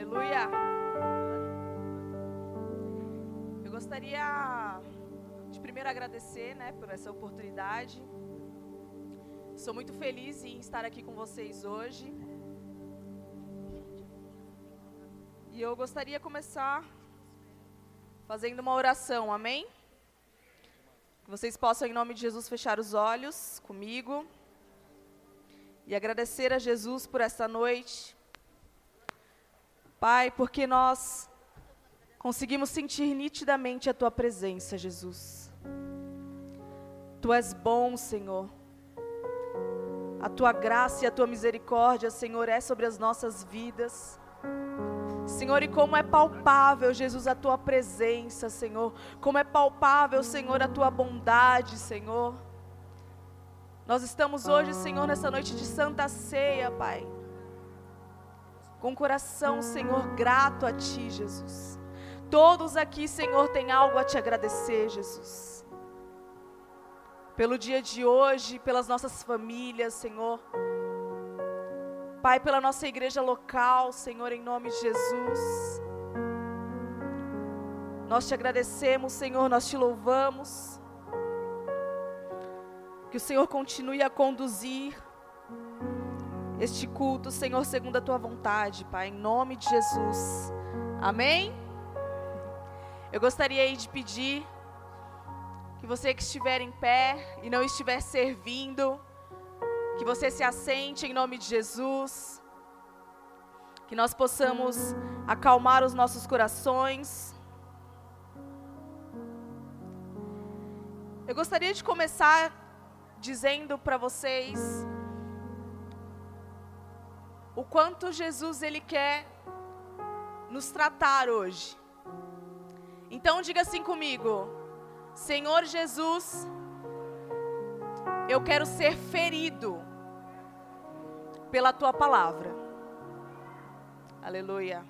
Aleluia. Eu gostaria de primeiro agradecer, por essa oportunidade. Sou muito feliz em estar aqui com vocês hoje. E eu gostaria de começar fazendo uma oração, amém? Que vocês possam, em nome de Jesus, fechar os olhos comigo e agradecer a Jesus por esta noite. Pai, porque nós conseguimos sentir nitidamente a Tua presença, Jesus. Tu és bom, Senhor. A Tua graça e a Tua misericórdia, Senhor, é sobre as nossas vidas. Senhor, e como é palpável, Jesus, a Tua presença, Senhor. Como é palpável, Senhor, a Tua bondade, Senhor. Nós estamos hoje, Senhor, nessa noite de Santa Ceia, Pai. Com o coração, Senhor, grato a Ti, Jesus. Todos aqui, Senhor, têm algo a Te agradecer, Jesus. Pelo dia de hoje, pelas nossas famílias, Senhor. Pai, pela nossa igreja local, Senhor, em nome de Jesus. Nós Te agradecemos, Senhor, nós Te louvamos. Que o Senhor continue a conduzir este culto, Senhor, segundo a Tua vontade, Pai, em nome de Jesus. Amém? Eu gostaria aí de pedir que você que estiver em pé e não estiver servindo, que você se assente em nome de Jesus, que nós possamos acalmar os nossos corações. Eu gostaria de começar dizendo para vocês o quanto Jesus, Ele quer nos tratar hoje. Então diga assim comigo: Senhor Jesus, eu quero ser ferido pela Tua palavra. Aleluia.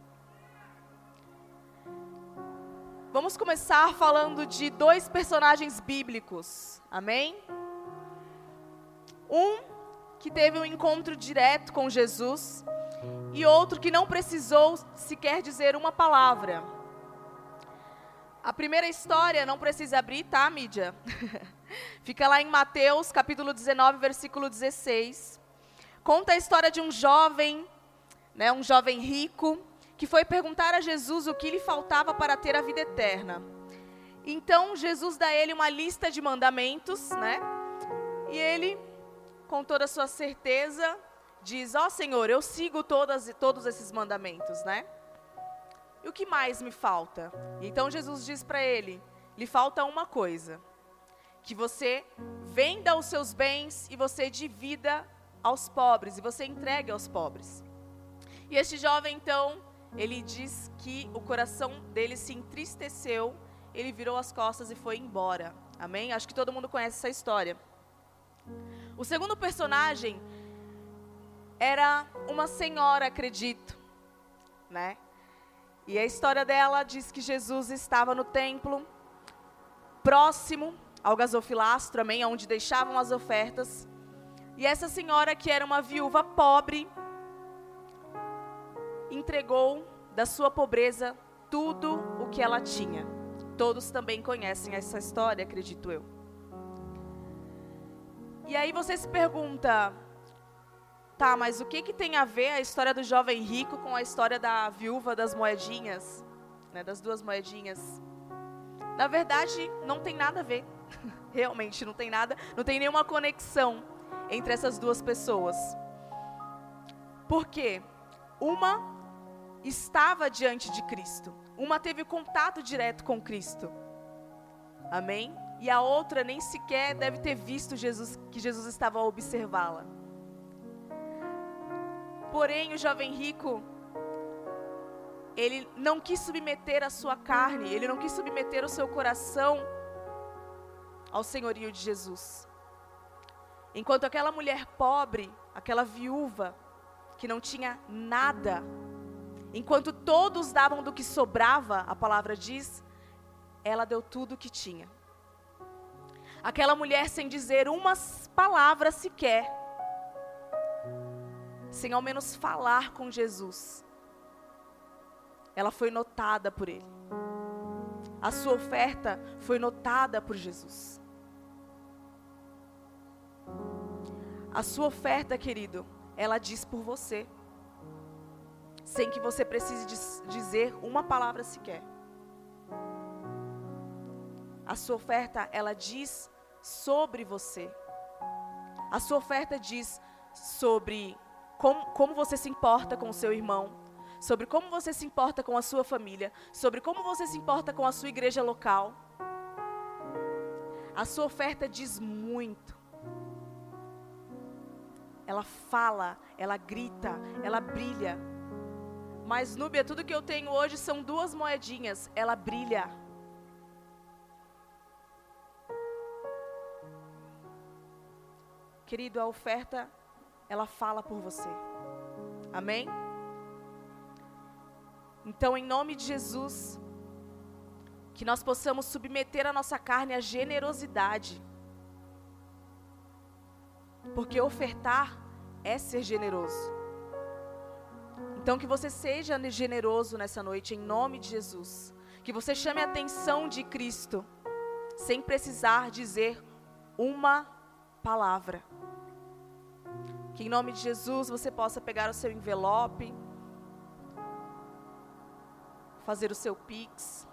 Vamos começar falando de dois personagens bíblicos, amém? Um que teve um encontro direto com Jesus e outro que não precisou sequer dizer uma palavra. A primeira história, não precisa abrir, tá, mídia? Fica lá em Mateus, capítulo 19, versículo 16. Conta a história de um jovem rico, que foi perguntar a Jesus o que lhe faltava para ter a vida eterna. Então, Jesus dá a ele uma lista de mandamentos, e ele, com toda a sua certeza, diz: ó Senhor, eu sigo todos esses mandamentos, E o que mais me falta? Então Jesus diz para ele: lhe falta uma coisa, que você venda os seus bens e você divida aos pobres, e você entregue aos pobres. E este jovem então, ele diz que o coração dele se entristeceu, ele virou as costas e foi embora, amém? Acho que todo mundo conhece essa história. O segundo personagem era uma senhora, acredito, E a história dela diz que Jesus estava no templo, próximo ao gasofilástro, amém, onde deixavam as ofertas. E essa senhora, que era uma viúva pobre, entregou da sua pobreza tudo o que ela tinha. Todos também conhecem essa história, acredito eu. E aí você se pergunta: tá, mas o que tem a ver a história do jovem rico com a história da viúva das moedinhas, das duas moedinhas? Na verdade, não tem nada a ver. Realmente não tem nada, não tem nenhuma conexão entre essas duas pessoas. Por quê? Uma estava diante de Cristo, uma teve contato direto com Cristo, amém? E a outra nem sequer deve ter visto Jesus, que Jesus estava a observá-la. Porém, o jovem rico, ele não quis submeter a sua carne, ele não quis submeter o seu coração ao senhorio de Jesus. Enquanto aquela mulher pobre, aquela viúva, que não tinha nada, enquanto todos davam do que sobrava, a palavra diz, ela deu tudo o que tinha. Aquela mulher, sem dizer uma palavra sequer, sem ao menos falar com Jesus, ela foi notada por Ele. A sua oferta foi notada por Jesus. A sua oferta, querido, ela diz por você, sem que você precise dizer uma palavra sequer. A sua oferta, ela diz sobre você. A sua oferta diz sobre como você se importa com o seu irmão, sobre como você se importa com a sua família, sobre como você se importa com a sua igreja local. A sua oferta diz muito. Ela fala, ela grita, ela brilha. Mas, Núbia, tudo que eu tenho hoje são 2 moedinhas. Ela brilha. Querido, a oferta, ela fala por você. Amém? Então, em nome de Jesus, que nós possamos submeter a nossa carne à generosidade. Porque ofertar é ser generoso. Então que você seja generoso nessa noite, em nome de Jesus. Que você chame a atenção de Cristo, sem precisar dizer uma palavra. Que em nome de Jesus você possa pegar o seu envelope, fazer o seu Pix.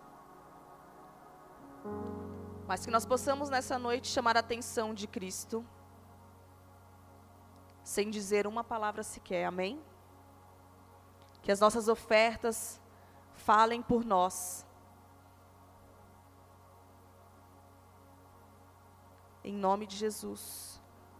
Mas que nós possamos nessa noite chamar a atenção de Cristo, sem dizer uma palavra sequer, amém? Que as nossas ofertas falem por nós. Em nome de Jesus.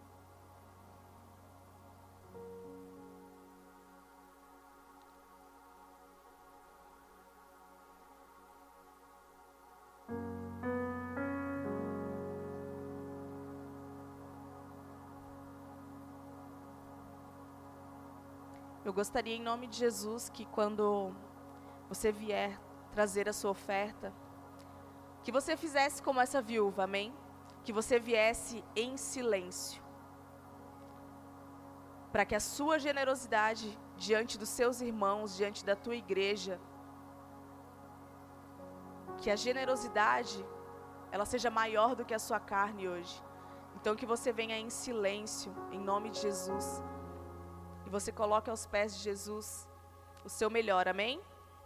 Eu gostaria, em nome de Jesus, que quando você vier trazer a sua oferta, que você fizesse como essa viúva, amém? Que você viesse em silêncio, para que a sua generosidade diante dos seus irmãos, diante da tua igreja, que a generosidade, ela seja maior do que a sua carne hoje. Então que você venha em silêncio, em nome de Jesus, e você coloque aos pés de Jesus o seu melhor, amém?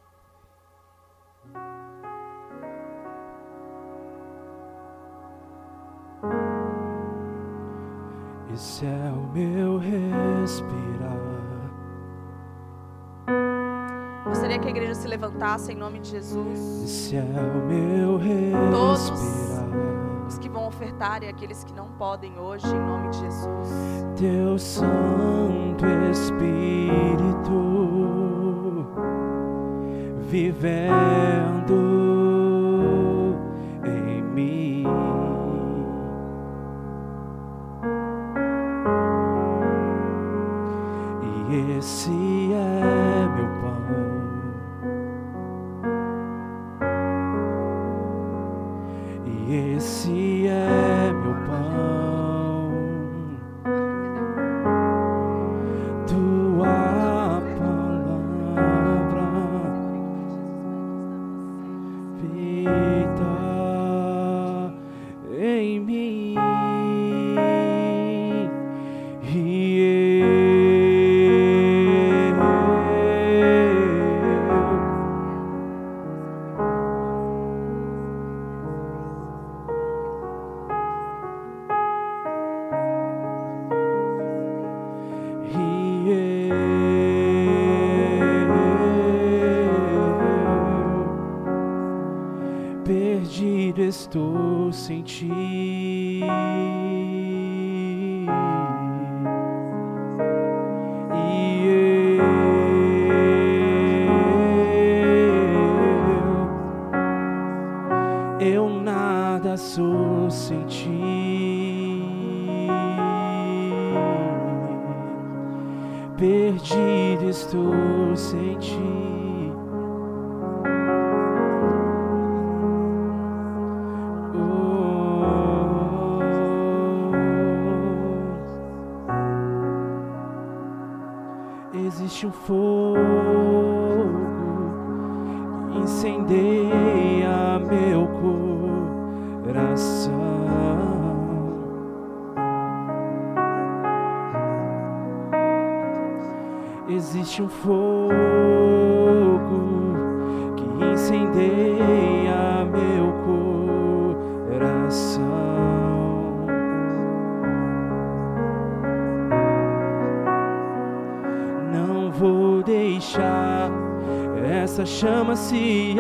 Esse é o meu respirar. Gostaria que a igreja se levantasse em nome de Jesus. Esse é o meu respirar. Todos os que vão ofertar e aqueles que não podem hoje, em nome de Jesus. Teu Santo Espírito vivendo em mim. E esse é meu pão. E esse é meu pão. Tua palavra feita em mim. Perdido estou sem ti. Eu nada sou sem ti. Perdido estou sem ti. Existe um fogo incendeia meu coração. Existe um fogo que incendeia meu coração. Não vou deixar essa chama se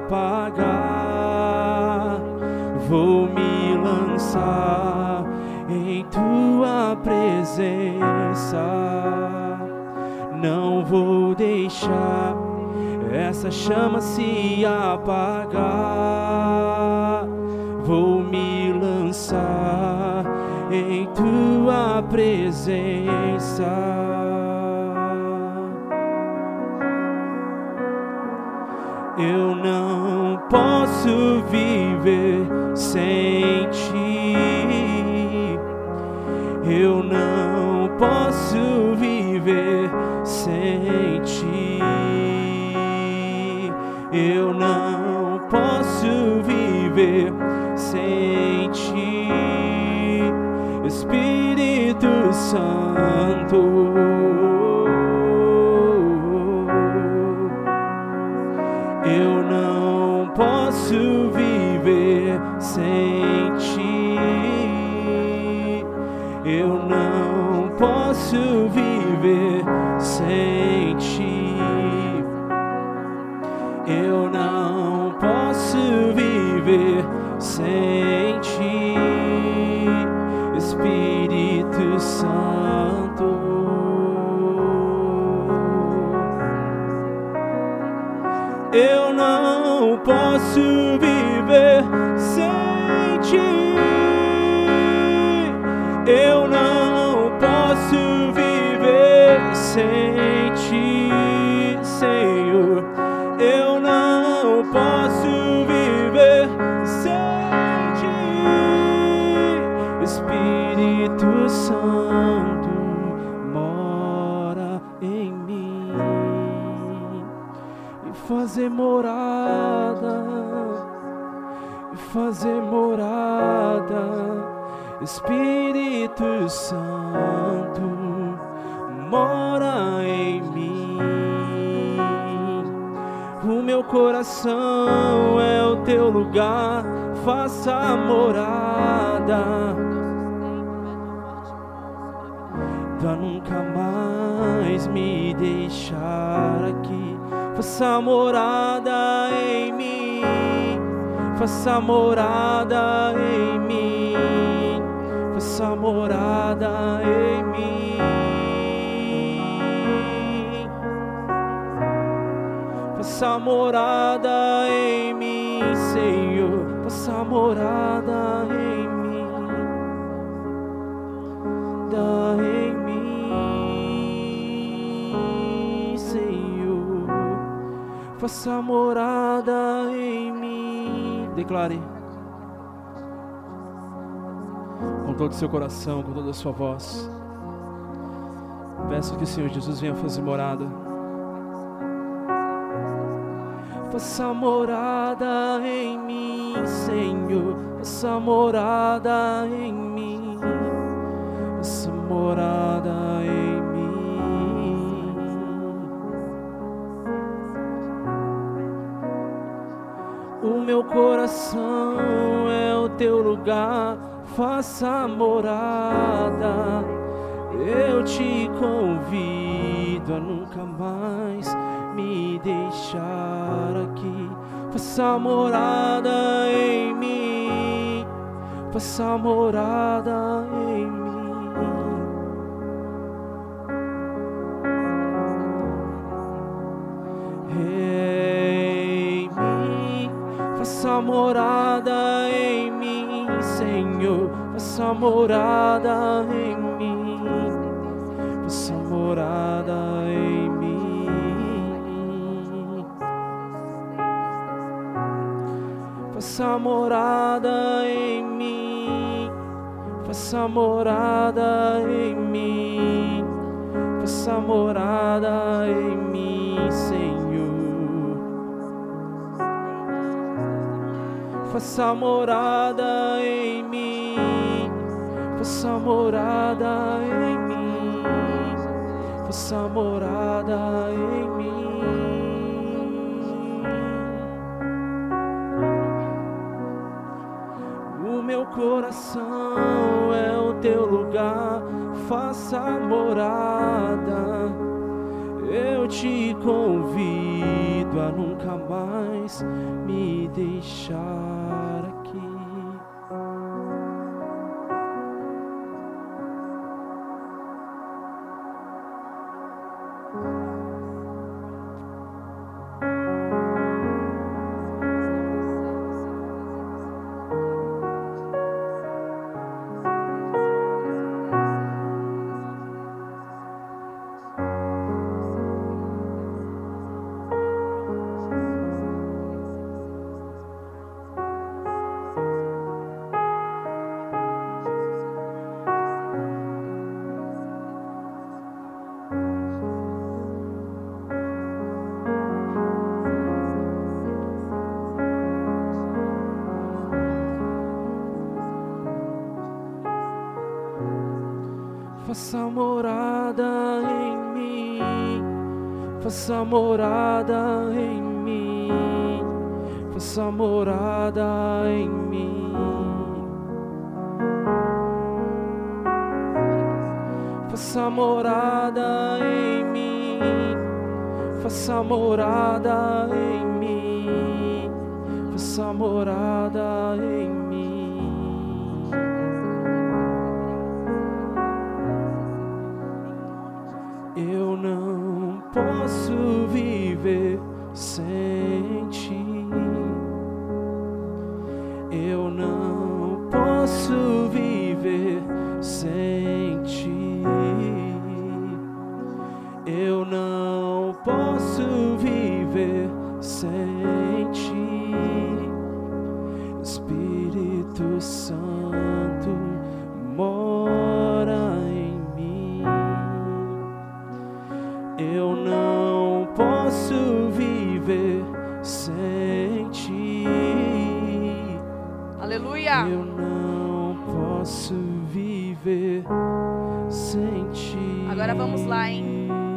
apagar. Vou me lançar em tua presença. Não vou deixar essa chama se apagar. Vou me lançar em tua presença. Eu não posso viver sem ti. Eu não posso viver sem ti. Eu não posso viver sem ti, Espírito Santo. Eu não posso viver sem ti. Eu não posso viver sem ti. Eu não posso viver sem ti, Espírito Santo. Eu não posso viver sem ti. Eu não posso viver sem ti, Senhor. Eu não posso viver sem ti. Espírito Santo mora em mim e fazer morada, Espírito Santo mora em mim. O meu coração é o teu lugar, faça morada. Pra nunca mais me deixar aqui. Faça morada em mim, faça morada em mim, faça morada em mim. Faça morada em mim, Senhor. Faça morada em mim, dá em mim, Senhor. Faça morada em mim. Declare com todo o seu coração, com toda a sua voz. Peço que o Senhor Jesus venha fazer morada. Faça morada em mim, Senhor. Faça morada em mim. Faça morada em mim. O meu coração é o teu lugar. Faça morada. Eu te convido a nunca mais me deixar aqui. Faça morada em mim, faça morada em mim. Em mim, faça morada em mim, Senhor. Faça morada em mim, faça morada em mim. Faça morada em mim, faça morada em mim, faça morada em mim, Senhor. faça morada em mim, faça morada em mim, faça morada em mim. O meu coração é o teu lugar, faça morada. Eu te convido a nunca mais me deixar aqui. Faça morada em mim, faça morada em mim, faça morada em mim. Faça morada em mim, faça morada em mim, faça morada em mim. Eu não posso viver sem ti. Eu não posso viver sem ti. Eu não posso viver sem ti. Espírito Santo mora em mim. Eu não posso viver sem ti. Aleluia. Eu não posso viver sem ti. Agora vamos lá, hein?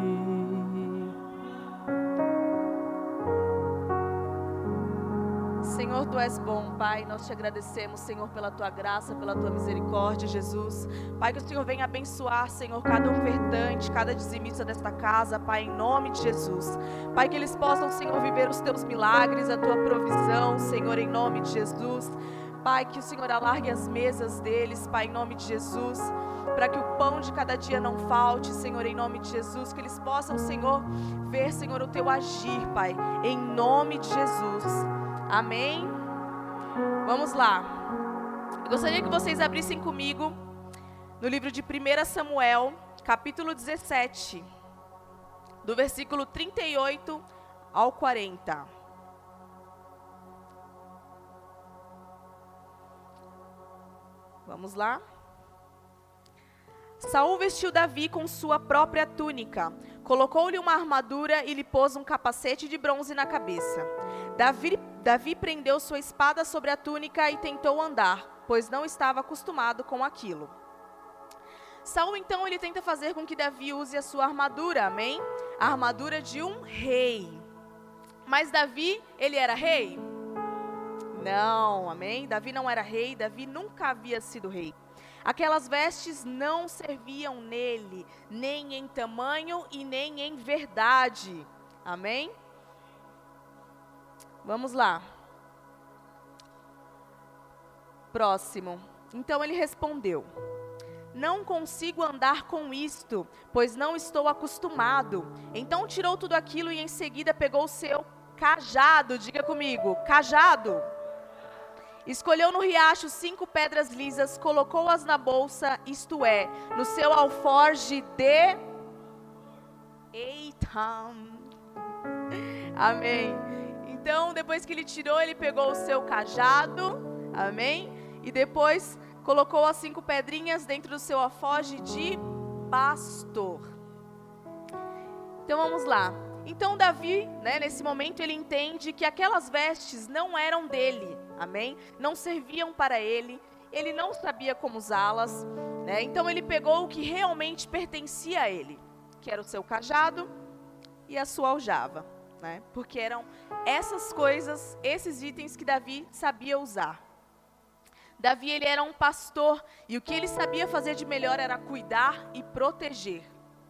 Senhor, Tu és bom, Pai, nós te agradecemos, Senhor, pela Tua graça, pela Tua misericórdia, Jesus. Pai, que o Senhor venha abençoar, Senhor, cada ofertante, cada dizimista desta casa, Pai, em nome de Jesus. Pai, que eles possam, Senhor, viver os Teus milagres, a Tua provisão, Senhor, em nome de Jesus. Pai, que o Senhor alargue as mesas deles, Pai, em nome de Jesus, para que o pão de cada dia não falte, Senhor, em nome de Jesus, que eles possam, Senhor, ver, Senhor, o Teu agir, Pai, em nome de Jesus. Amém? Vamos lá. Eu gostaria que vocês abrissem comigo no livro de 1 Samuel, capítulo 17, do versículo 38 ao 40. Vamos lá. Saul vestiu Davi com sua própria túnica, colocou-lhe uma armadura e lhe pôs um capacete de bronze na cabeça. Davi prendeu sua espada sobre a túnica e tentou andar, pois não estava acostumado com aquilo. Saul então ele tenta fazer com que Davi use a sua armadura, amém? A armadura de um rei. Mas Davi, ele era rei? Não, amém? Davi não era rei, Davi nunca havia sido rei. Aquelas vestes não serviam nele, nem em tamanho e nem em verdade. Amém? Vamos lá. Próximo. Então ele respondeu: não consigo andar com isto, pois não estou acostumado. Então tirou tudo aquilo e em seguida pegou o seu cajado. Diga comigo, cajado. Escolheu no riacho 5 pedras lisas, colocou-as na bolsa, isto é, no seu alforje de... Eita! Amém. Então, depois que ele tirou, ele pegou o seu cajado, amém? E depois colocou as 5 pedrinhas dentro do seu alforje de pastor. Então, vamos lá. Então, Davi, nesse momento, ele entende que aquelas vestes não eram dele. amém? Não serviam para ele não sabia como usá-las, né? Então ele pegou o que realmente pertencia a ele, que era o seu cajado e a sua aljava, né? Porque eram essas coisas, esses itens que Davi sabia usar. Davi, ele era um pastor, e o que ele sabia fazer de melhor era cuidar e proteger.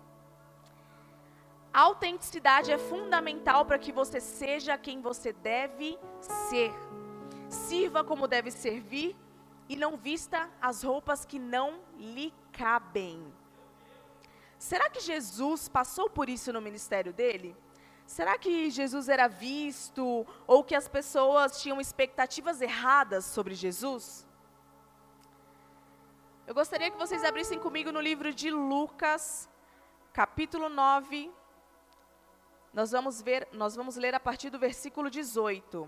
A autenticidade é fundamental para que você seja quem você deve ser. Sirva como deve servir e não vista as roupas que não lhe cabem. Será que Jesus passou por isso no ministério dele? Será que Jesus era visto ou que as pessoas tinham expectativas erradas sobre Jesus? Eu gostaria que vocês abrissem comigo no livro de Lucas, capítulo 9. Nós vamos ler a partir do versículo 18.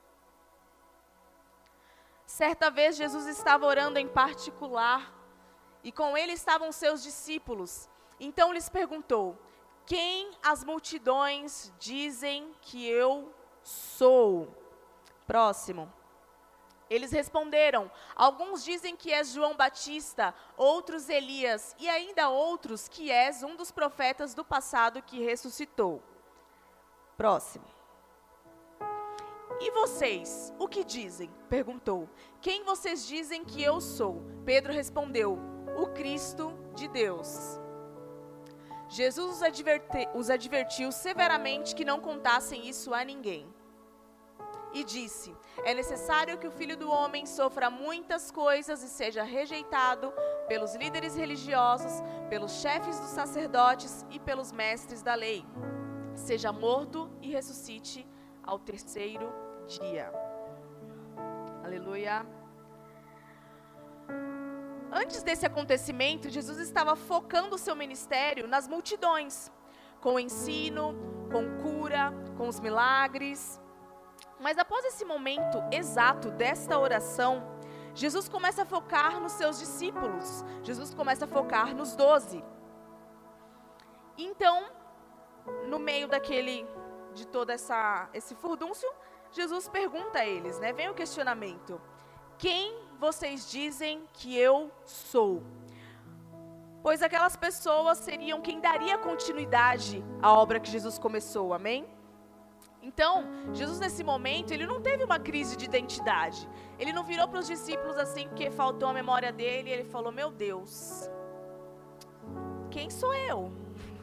Certa vez Jesus estava orando em particular e com ele estavam seus discípulos. Então lhes perguntou: quem as multidões dizem que eu sou? Próximo. Eles responderam: alguns dizem que és João Batista, outros Elias, e ainda outros que és um dos profetas do passado que ressuscitou. Próximo. E vocês, o que dizem? Perguntou. Quem vocês dizem que eu sou? Pedro respondeu: o Cristo de Deus. Jesus os advertiu severamente que não contassem isso a ninguém. E disse: é necessário que o Filho do Homem sofra muitas coisas e seja rejeitado pelos líderes religiosos, pelos chefes dos sacerdotes e pelos mestres da lei. Seja morto e ressuscite ao terceiro dia. Aleluia. Antes desse acontecimento, Jesus estava focando o seu ministério nas multidões, com o ensino, com cura, com os milagres. Mas após esse momento exato desta oração, Jesus começa a focar nos seus discípulos. Jesus começa a focar nos 12. Então, no meio de todo esse furdúncio, Jesus pergunta a eles, né? Vem o questionamento: quem vocês dizem que eu sou? Pois aquelas pessoas seriam quem daria continuidade à obra que Jesus começou, amém? Então, Jesus nesse momento, ele não teve uma crise de identidade. Ele não virou para os discípulos assim, porque faltou a memória dele, e ele falou: meu Deus, quem sou eu?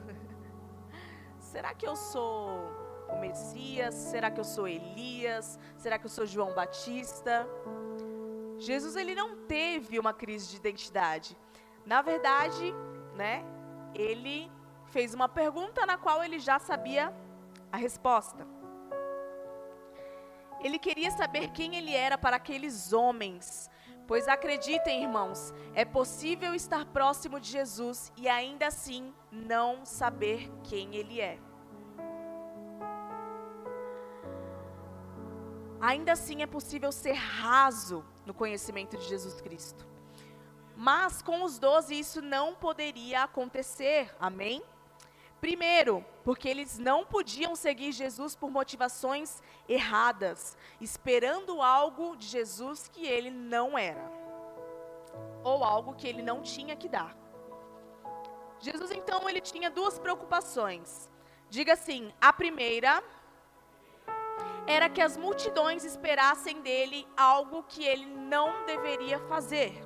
Será que eu sou o Messias? Será que eu sou Elias? Será que eu sou João Batista? Jesus, ele não teve uma crise de identidade. Na verdade, né, ele fez uma pergunta na qual ele já sabia a resposta. Ele queria saber quem ele era para aqueles homens, pois acreditem, irmãos, é possível estar próximo de Jesus e ainda assim não saber quem ele é. Ainda assim é possível ser raso no conhecimento de Jesus Cristo. Mas com os 12 isso não poderia acontecer, amém? Primeiro, porque eles não podiam seguir Jesus por motivações erradas, esperando algo de Jesus que ele não era, ou algo que ele não tinha que dar. Jesus, então, ele tinha duas preocupações. Diga assim: a primeira era que as multidões esperassem dele algo que ele não deveria fazer.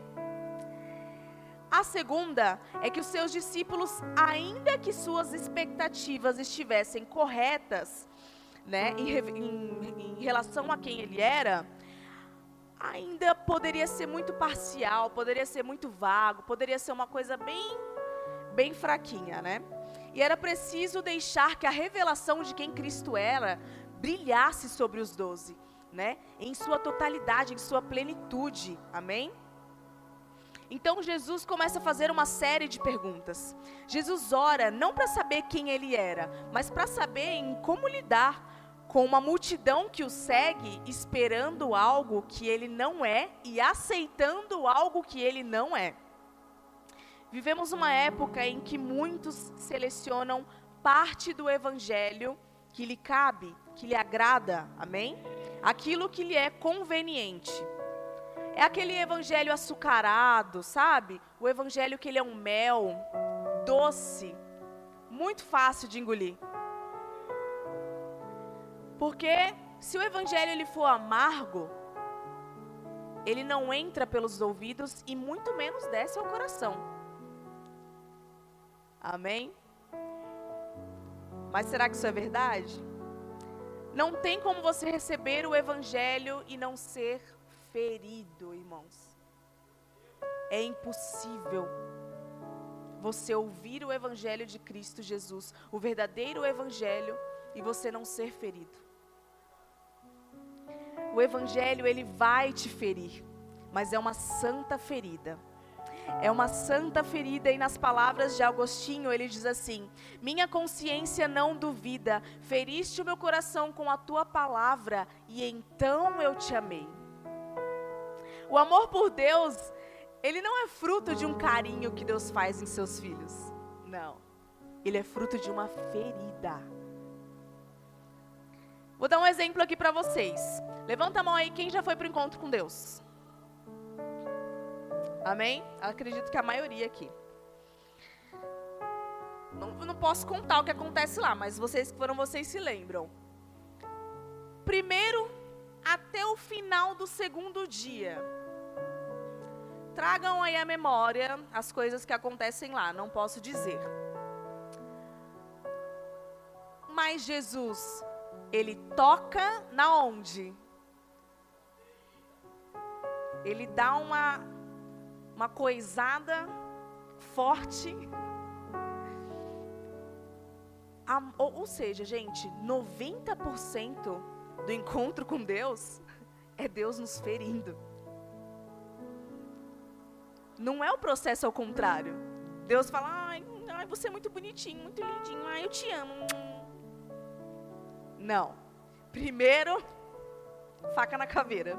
A segunda é que os seus discípulos, ainda que suas expectativas estivessem corretas, né, em relação a quem ele era, ainda poderia ser muito parcial, poderia ser muito vago, poderia ser uma coisa bem fraquinha, né? E era preciso deixar que a revelação de quem Cristo era brilhasse sobre os 12, né? Em sua totalidade, em sua plenitude, amém? Então Jesus começa a fazer uma série de perguntas. Jesus ora não para saber quem ele era, mas para saber em como lidar com uma multidão que o segue, esperando algo que ele não é e aceitando algo que ele não é. Vivemos uma época em que muitos selecionam parte do evangelho que lhe cabe, que lhe agrada, amém? aquilo que lhe é conveniente. É aquele evangelho açucarado, sabe? O evangelho que ele é um mel doce, muito fácil de engolir. Porque se o evangelho ele for amargo, ele não entra pelos ouvidos e muito menos desce ao coração. Amém? Mas será que isso é verdade? Não tem como você receber o evangelho e não ser ferido, irmãos. É impossível você ouvir o evangelho de Cristo Jesus, o verdadeiro evangelho, e você não ser ferido. O evangelho, ele vai te ferir, mas é uma santa ferida. É uma santa ferida, e nas palavras de Agostinho, ele diz assim: minha consciência não duvida, feriste o meu coração com a tua palavra, e então eu te amei. O amor por Deus, ele não é fruto de um carinho que Deus faz em seus filhos. Não. Ele é fruto de uma ferida. Vou dar um exemplo aqui para vocês. Levanta a mão aí quem já foi para o encontro com Deus. Amém? Acredito que a maioria aqui. Não posso contar o que acontece lá, mas vocês que foram, vocês se lembram. Primeiro, até o final do segundo dia. Tragam aí à memória as coisas que acontecem lá, não posso dizer. Mas Jesus, ele toca na onde? Ele dá uma coisada forte. Ou seja, gente, 90% do encontro com Deus é Deus nos ferindo. Não é o processo ao contrário. Deus fala, ai, você é muito bonitinho, muito lindinho, ai, eu te amo. Não. Primeiro, faca na caveira.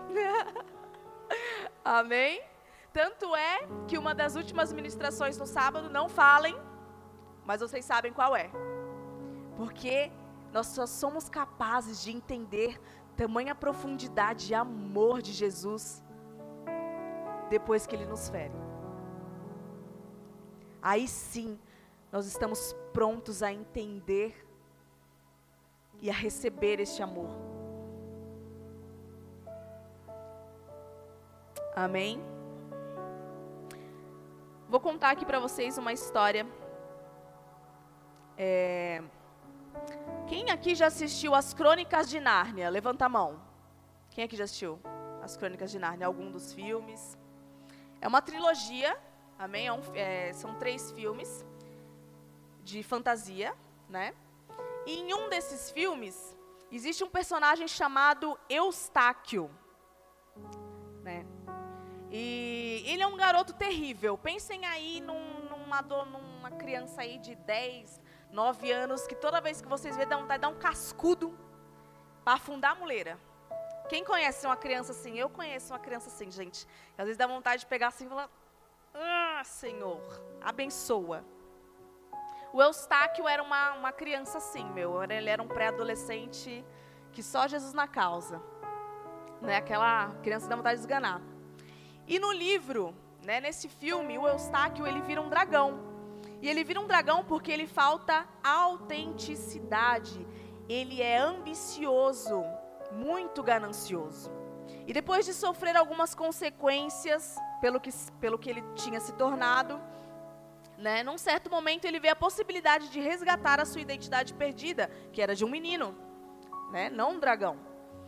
Amém? Tanto é que uma das últimas ministrações no sábado, não falem, mas vocês sabem qual é. Porque nós só somos capazes de entender tamanha profundidade de amor de Jesus depois que Ele nos fere. Aí sim, nós estamos prontos a entender e a receber este amor. Amém? Vou contar aqui para vocês uma história. Quem aqui já assistiu as Crônicas de Nárnia? Levanta a mão. Quem aqui já assistiu as Crônicas de Nárnia? Algum dos filmes? É uma trilogia, amém? São 3 filmes de fantasia, né? E em um desses filmes, existe um personagem chamado Eustáquio, né? E ele é um garoto terrível. Pensem aí numa criança aí de 10, 9 anos, que toda vez que vocês vê, dá vontade de dar um cascudo para afundar a muleira. Quem conhece uma criança assim? Eu conheço uma criança assim, gente. Às vezes dá vontade de pegar assim e falar, Senhor, abençoa. O Eustáquio era uma criança assim, ele era um pré-adolescente que só Jesus na causa. Né? Aquela criança dá vontade de esganar. E no livro, né, nesse filme, o Eustáquio, ele vira um dragão. E ele vira um dragão porque ele falta autenticidade. Ele é ambicioso, muito ganancioso. E depois de sofrer algumas consequências pelo que ele tinha se tornado, né, num certo momento ele vê a possibilidade de resgatar a sua identidade perdida, que era de um menino, né, não um dragão.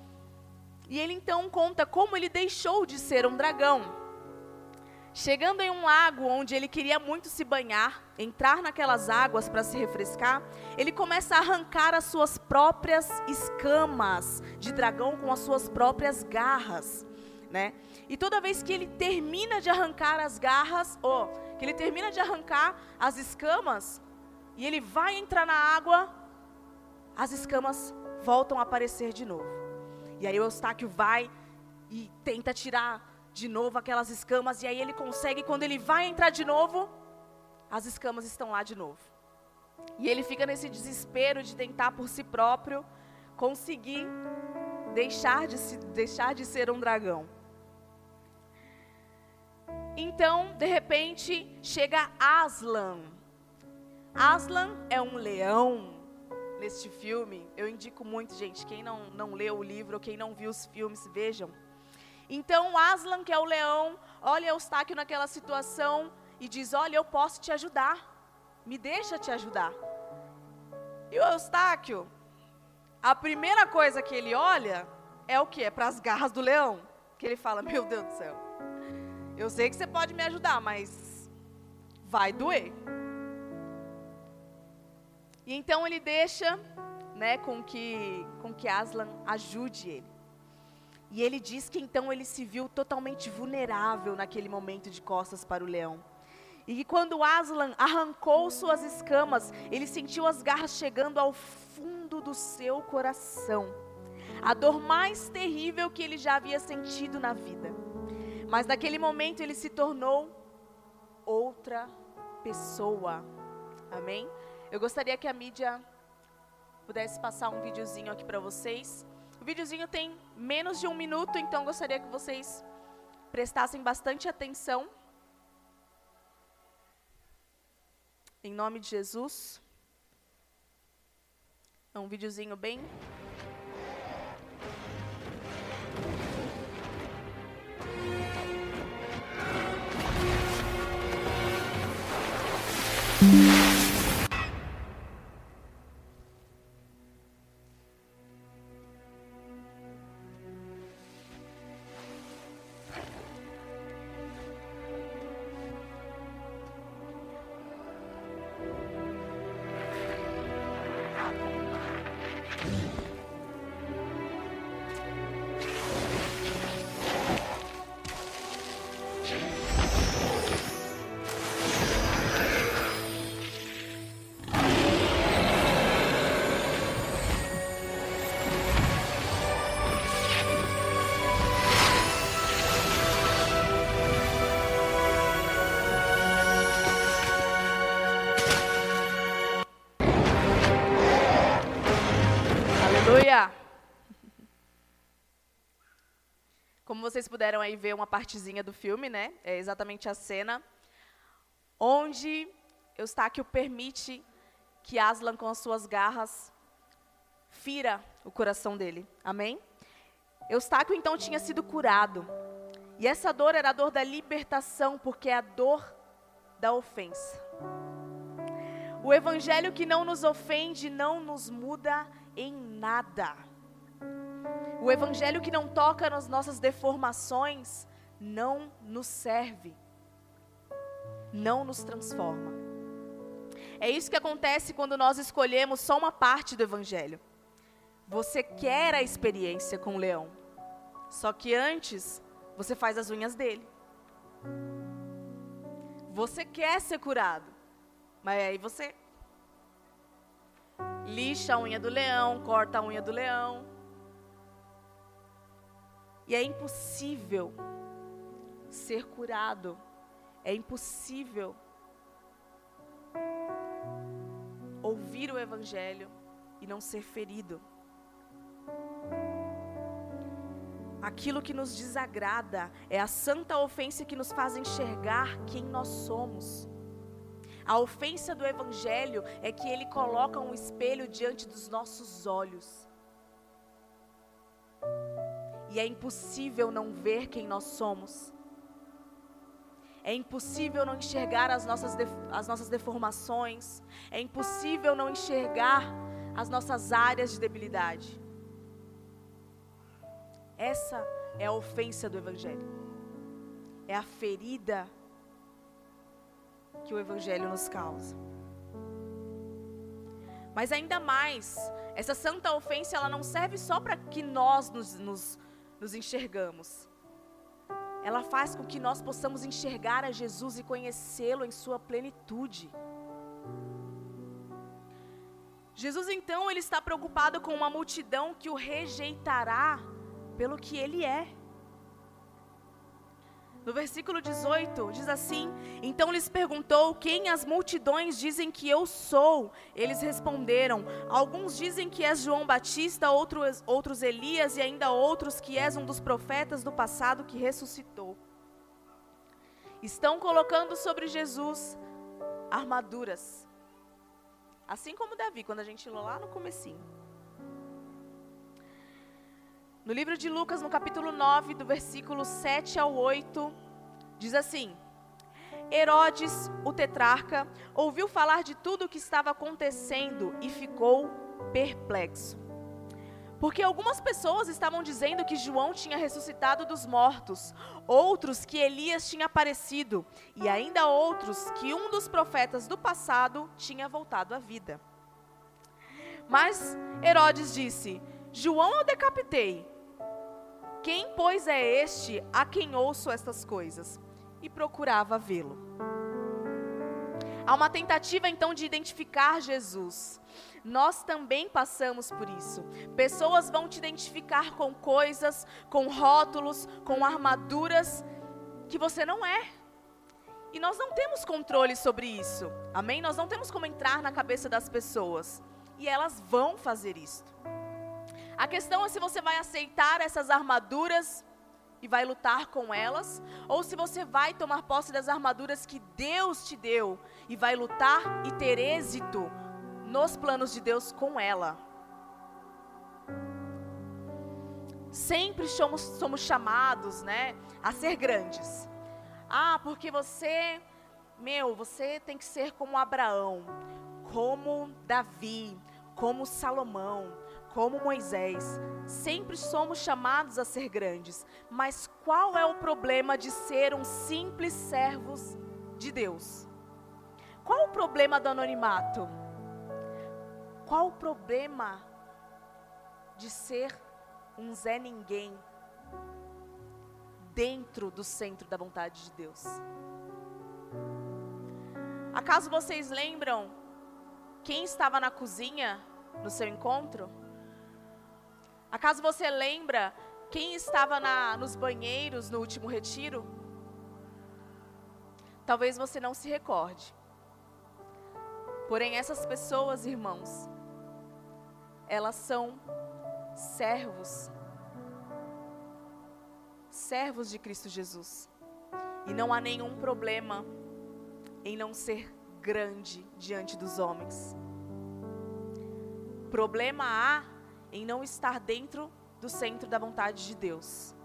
E ele então conta como ele deixou de ser um dragão. Chegando em um lago onde ele queria muito se banhar, entrar naquelas águas para se refrescar, ele começa a arrancar as suas próprias escamas de dragão com as suas próprias garras, né? E toda vez que ele termina de arrancar as garras, que ele termina de arrancar as escamas, e ele vai entrar na água, as escamas voltam a aparecer de novo. E aí o Eustáquio vai e tenta tirar de novo aquelas escamas, e aí ele consegue, quando ele vai entrar de novo, as escamas estão lá de novo. E ele fica nesse desespero de tentar por si próprio conseguir deixar de ser um dragão. Então, de repente, chega Aslan. Aslan é um leão neste filme. Eu indico muito, gente, quem não leu o livro ou quem não viu os filmes, vejam. Então, Aslan, que é o leão, olha Eustáquio naquela situação e diz, olha, eu posso te ajudar, me deixa te ajudar. E o Eustáquio, a primeira coisa que ele olha é o quê? É para as garras do leão. Que ele fala, meu Deus do céu, eu sei que você pode me ajudar, mas vai doer. E então ele deixa, né, com que Aslan ajude ele. E ele diz que então ele se viu totalmente vulnerável naquele momento de costas para o leão. E que quando Aslan arrancou suas escamas, ele sentiu as garras chegando ao fundo do seu coração. A dor mais terrível que ele já havia sentido na vida. Mas naquele momento ele se tornou outra pessoa. Amém? Eu gostaria que a mídia pudesse passar um videozinho aqui para vocês. O videozinho tem menos de 1 minuto, então gostaria que vocês prestassem bastante atenção. Em nome de Jesus. É um videozinho bem... Aleluia! Como vocês puderam aí ver uma partezinha do filme, né? É exatamente a cena onde Eustáquio permite que Aslan com as suas garras fira o coração dele. Amém? Eustáquio então tinha sido curado. E essa dor era a dor da libertação, porque é a dor da ofensa. O evangelho que não nos ofende não nos muda em nada. O evangelho que não toca nas nossas deformações não nos serve, não nos transforma. É isso que acontece quando nós escolhemos só uma parte do evangelho. Você quer a experiência com o leão, só que antes você faz as unhas dele. Você quer ser curado, mas aí você lixa a unha do leão, corta a unha do leão. E é impossível ser curado. É impossível ouvir o evangelho e não ser ferido. Aquilo que nos desagrada é a santa ofensa que nos faz enxergar quem nós somos. A ofensa do evangelho é que ele coloca um espelho diante dos nossos olhos. E é impossível não ver quem nós somos. É impossível não enxergar as nossas deformações. É impossível não enxergar as nossas áreas de debilidade. Essa é a ofensa do evangelho. É a ferida que o evangelho nos causa. Mas ainda mais, essa santa ofensa, ela não serve só para que nós nos enxergamos. Ela faz com que nós possamos enxergar a Jesus e conhecê-lo em sua plenitude. Jesus, então, ele está preocupado com uma multidão que o rejeitará pelo que ele é. No versículo 18, diz assim: então lhes perguntou: quem as multidões dizem que eu sou? Eles responderam: alguns dizem que és João Batista, outros Elias e ainda outros que és um dos profetas do passado que ressuscitou. Estão colocando sobre Jesus armaduras. Assim como Davi, quando a gente leu lá no comecinho. No livro de Lucas, no capítulo 9, do versículo 7 ao 8, diz assim: Herodes, o tetrarca, ouviu falar de tudo o que estava acontecendo e ficou perplexo. Porque algumas pessoas estavam dizendo que João tinha ressuscitado dos mortos, outros que Elias tinha aparecido, e ainda outros que um dos profetas do passado tinha voltado à vida. Mas Herodes disse: João eu decapitei. Quem, pois, é este a quem ouço estas coisas? E procurava vê-lo. Há uma tentativa então de identificar Jesus. Nós também passamos por isso. Pessoas vão te identificar com coisas, com rótulos, com armaduras que você não é. E nós não temos controle sobre isso. Amém? Nós não temos como entrar na cabeça das pessoas. E elas vão fazer isso. A questão é se você vai aceitar essas armaduras e vai lutar com elas, ou se você vai tomar posse das armaduras que Deus te deu e vai lutar e ter êxito nos planos de Deus com ela. Sempre somos chamados, né, a ser grandes. Porque você tem que ser como Abraão, como Davi, como Salomão, como Moisés. Sempre somos chamados a ser grandes. Mas qual é o problema de ser um simples servos de Deus? Qual o problema do anonimato? Qual o problema de ser um Zé Ninguém dentro do centro da vontade de Deus? Acaso vocês lembram quem estava na cozinha no seu encontro? Acaso você lembra quem estava nos banheiros no último retiro? Talvez você não se recorde. Porém, essas pessoas, irmãos, elas são servos de Cristo Jesus. E não há nenhum problema em não ser grande diante dos homens. Problema há em não estar dentro do centro da vontade de Deus.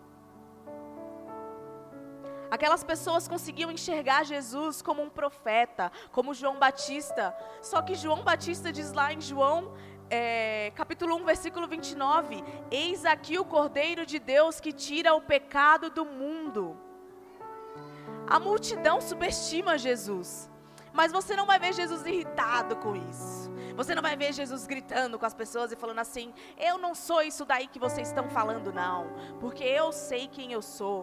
Aquelas pessoas conseguiam enxergar Jesus como um profeta, como João Batista. Só que João Batista diz lá em João, capítulo 1, versículo 29, eis aqui o Cordeiro de Deus que tira o pecado do mundo. A multidão subestima Jesus. Mas você não vai ver Jesus irritado com isso. Você não vai ver Jesus gritando com as pessoas e falando assim: eu não sou isso daí que vocês estão falando, não. Porque eu sei quem eu sou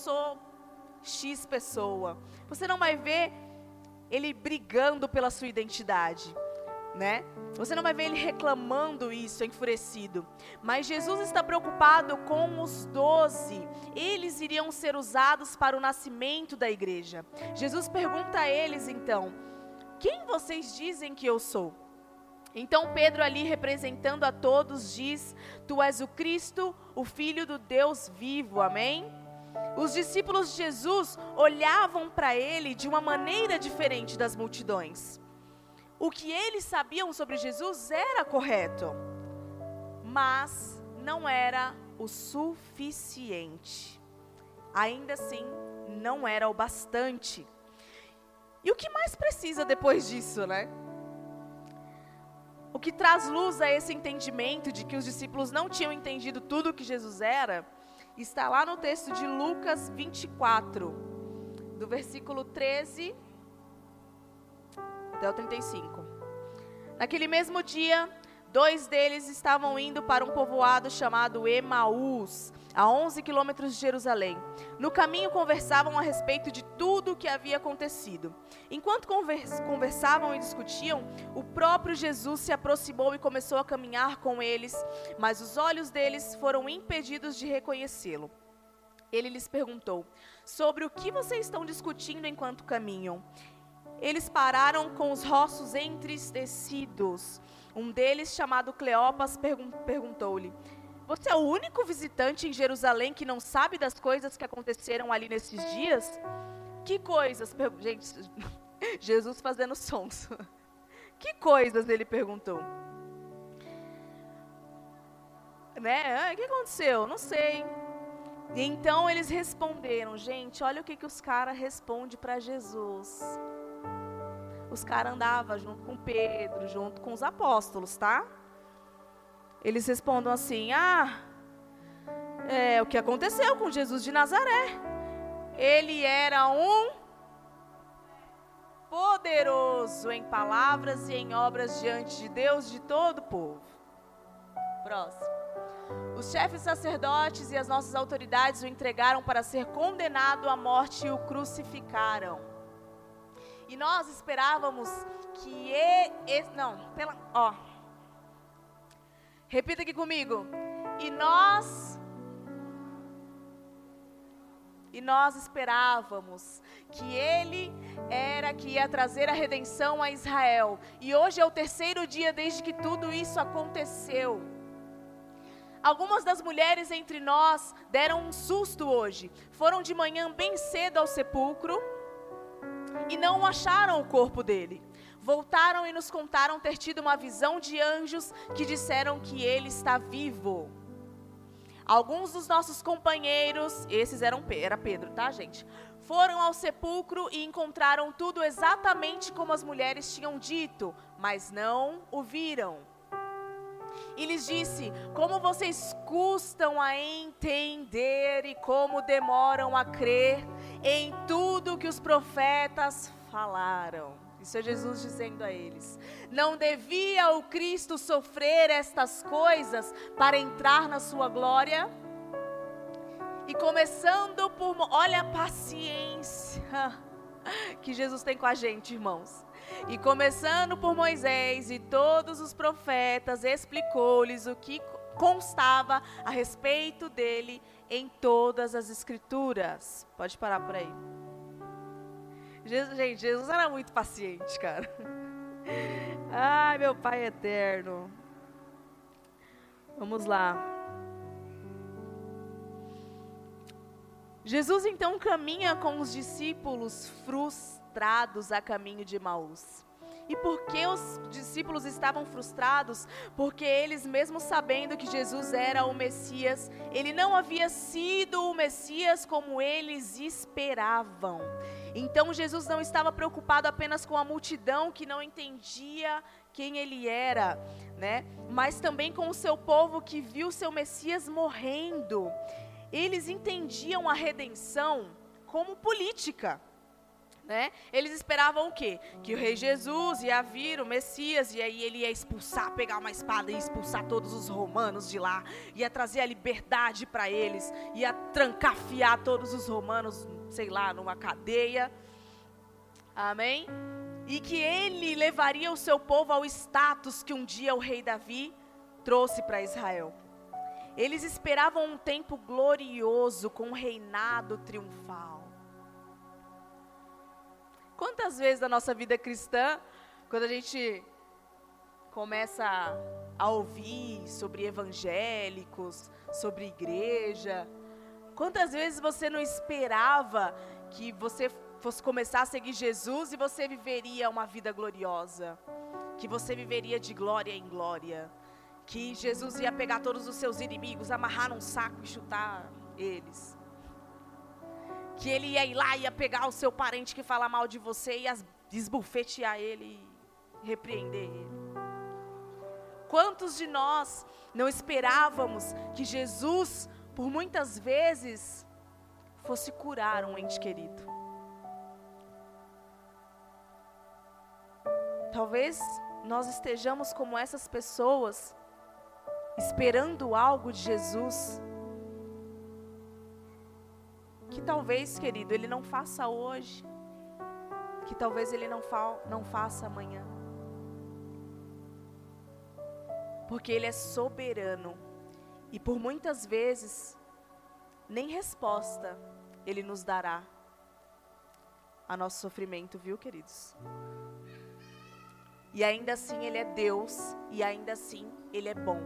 X pessoa. Você não vai ver ele brigando pela sua identidade, né? Você não vai ver ele reclamando isso, enfurecido. Mas Jesus está preocupado com os 12. Eles iriam ser usados para o nascimento da igreja. Jesus pergunta a eles então: quem vocês dizem que eu sou? Então Pedro, ali representando a todos, diz: tu és o Cristo, o Filho do Deus vivo. Amém? Os discípulos de Jesus olhavam para ele de uma maneira diferente das multidões. O que eles sabiam sobre Jesus era correto, mas não era o suficiente. Ainda assim, não era o bastante. E o que mais precisa depois disso, né? O que traz luz a esse entendimento de que os discípulos não tinham entendido tudo o que Jesus era, está lá no texto de Lucas 24, do versículo 13 até o 35. Naquele mesmo dia, 2 deles estavam indo para um povoado chamado Emaús, a 11 quilômetros de Jerusalém. No caminho conversavam a respeito de tudo o que havia acontecido. Enquanto conversavam e discutiam, o próprio Jesus se aproximou e começou a caminhar com eles, mas os olhos deles foram impedidos de reconhecê-lo. Ele lhes perguntou: sobre o que vocês estão discutindo enquanto caminham? Eles pararam com os rostos entristecidos. Um deles, chamado Cleopas, perguntou-lhe: você é o único visitante em Jerusalém que não sabe das coisas que aconteceram ali nesses dias? Que coisas? Gente, Jesus fazendo sons. Que coisas? Ele perguntou. Né? O que aconteceu? Não sei. E então eles responderam. Gente, olha o que os caras respondem para Jesus. Os caras andavam junto com Pedro, junto com os apóstolos, tá? Eles respondem assim: o que aconteceu com Jesus de Nazaré? Ele era um poderoso em palavras e em obras diante de Deus de todo o povo. Próximo. Os chefes sacerdotes e as nossas autoridades o entregaram para ser condenado à morte e o crucificaram. E nós esperávamos que repita aqui comigo. E nós esperávamos que ele era que ia trazer a redenção a Israel. E hoje é o 3º dia desde que tudo isso aconteceu. Algumas das mulheres entre nós deram um susto hoje. Foram de manhã bem cedo ao sepulcro e não acharam o corpo dele. Voltaram e nos contaram ter tido uma visão de anjos que disseram que ele está vivo. Alguns dos nossos companheiros, era Pedro, tá, gente? Foram ao sepulcro e encontraram tudo exatamente como as mulheres tinham dito, mas não o viram. E lhes disse: como vocês custam a entender e como demoram a crer em tudo que os profetas falaram. Isso é Jesus dizendo a eles. Não devia o Cristo sofrer estas coisas para entrar na sua glória? E começando por... Olha a paciência que Jesus tem com a gente, irmãos. E começando por Moisés e todos os profetas, explicou-lhes o que constava a respeito dele em todas as escrituras. Pode parar por aí. Jesus era muito paciente, cara. Ai, meu Pai eterno. Vamos lá. Jesus então caminha com os discípulos frustrados a caminho de Emaús. E por que os discípulos estavam frustrados? Porque eles, mesmo sabendo que Jesus era o Messias, ele não havia sido o Messias como eles esperavam. Então Jesus não estava preocupado apenas com a multidão que não entendia quem ele era, né? Mas também com o seu povo que viu seu Messias morrendo. Eles entendiam a redenção como política. Né? Eles esperavam o quê? Que o rei Jesus ia vir, o Messias, e aí ele ia expulsar, pegar uma espada e expulsar todos os romanos de lá, ia trazer a liberdade para eles, ia trancafiar todos os romanos, sei lá, numa cadeia, amém? E que ele levaria o seu povo ao status que um dia o rei Davi trouxe para Israel. Eles esperavam um tempo glorioso, com um reinado triunfal. Quantas vezes na nossa vida cristã, quando a gente começa a ouvir sobre evangélicos, sobre igreja, quantas vezes você não esperava que você fosse começar a seguir Jesus e você viveria uma vida gloriosa, que você viveria de glória em glória, que Jesus ia pegar todos os seus inimigos, amarrar num saco e chutar eles. Que ele ia ir lá, ia pegar o seu parente que fala mal de você, ia esbufetear ele e repreender ele. Quantos de nós não esperávamos que Jesus, por muitas vezes, fosse curar um ente querido? Talvez nós estejamos como essas pessoas, esperando algo de Jesus, que talvez, querido, ele não faça hoje, que talvez ele não faça amanhã, porque ele é soberano, e por muitas vezes, nem resposta Ele nos dará a nosso sofrimento, viu, queridos? E ainda assim Ele é Deus, e ainda assim Ele é bom.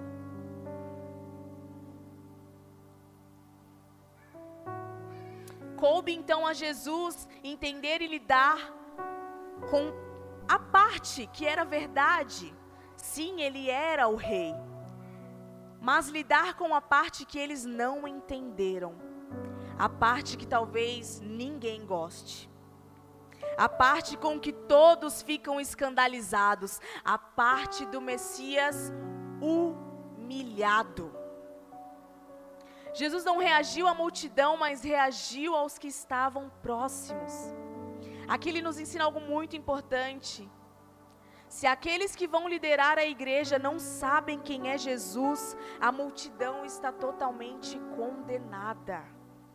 Coube então a Jesus entender e lidar com a parte que era verdade. Sim, Ele era o rei, mas lidar com a parte que eles não entenderam, a parte que talvez ninguém goste, a parte com que todos ficam escandalizados, a parte do Messias humilhado. Jesus não reagiu à multidão, mas reagiu aos que estavam próximos. Aqui ele nos ensina algo muito importante. Se aqueles que vão liderar a igreja não sabem quem é Jesus, a multidão está totalmente condenada.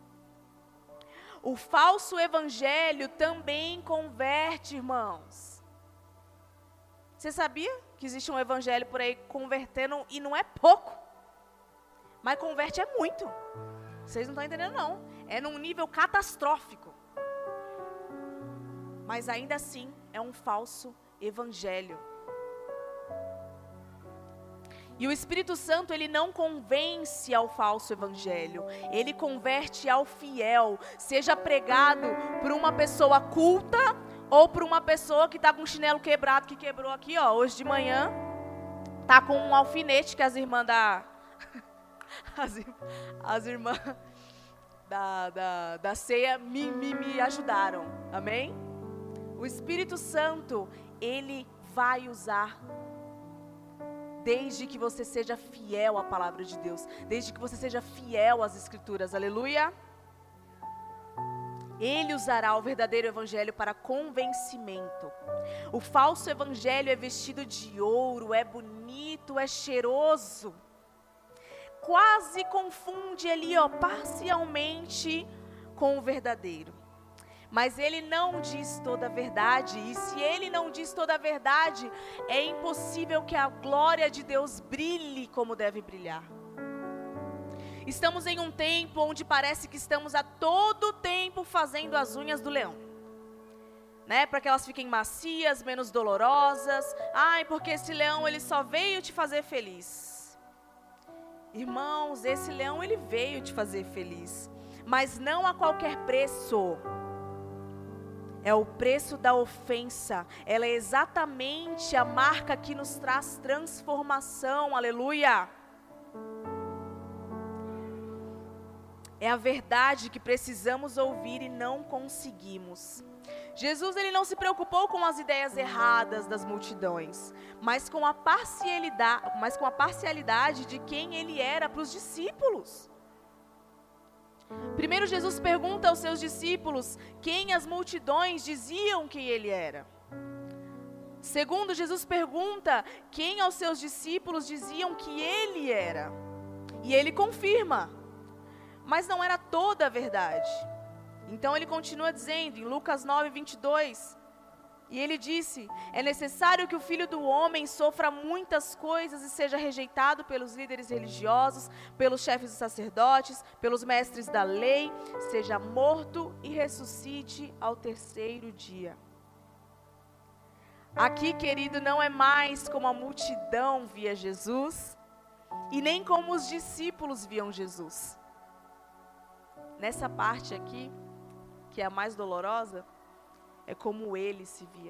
O falso evangelho também converte, irmãos. Você sabia que existe um evangelho por aí convertendo, e não é pouco, mas converte é muito. Vocês não estão entendendo não, é num nível catastrófico. Mas ainda assim é um falso evangelho. E o Espírito Santo, ele não convence ao falso evangelho, ele converte ao fiel, seja pregado por uma pessoa culta ou por uma pessoa que está com um chinelo quebrado, que quebrou aqui, ó, hoje de manhã, tá com um alfinete que as irmãs as irmãs da ceia me ajudaram, amém? O Espírito Santo, ele vai usar, desde que você seja fiel à palavra de Deus, desde que você seja fiel às Escrituras, aleluia. Ele usará o verdadeiro evangelho para convencimento. O falso evangelho é vestido de ouro, é bonito, é cheiroso, quase confunde ali, ó, parcialmente com o verdadeiro. Mas ele não diz toda a verdade, e se ele não diz toda a verdade, é impossível que a glória de Deus brilhe como deve brilhar. Estamos em um tempo onde parece que estamos a todo tempo fazendo as unhas do leão, né? Para que elas fiquem macias, menos dolorosas. Ai, porque esse leão, ele só veio te fazer feliz. Irmãos, esse leão, ele veio te fazer feliz, mas não a qualquer preço. É o preço da ofensa. Ela é exatamente a marca que nos traz transformação, aleluia. É a verdade que precisamos ouvir e não conseguimos. Jesus, ele não se preocupou com as ideias erradas das multidões, mas com a parcialidade de quem ele era para os discípulos. Primeiro, Jesus pergunta aos seus discípulos quem as multidões diziam que ele era. Segundo, Jesus pergunta quem aos seus discípulos diziam que ele era. E ele confirma, mas não era toda a verdade. Então ele continua dizendo em Lucas 9, 22, e ele disse: é necessário que o Filho do Homem sofra muitas coisas e seja rejeitado pelos líderes religiosos, pelos chefes dos sacerdotes, pelos mestres da lei, seja morto e ressuscite ao terceiro dia. Aqui, querido, não é mais como a multidão via Jesus, e nem como os discípulos viam Jesus. Nessa parte aqui, que é a mais dolorosa, é como ele se via.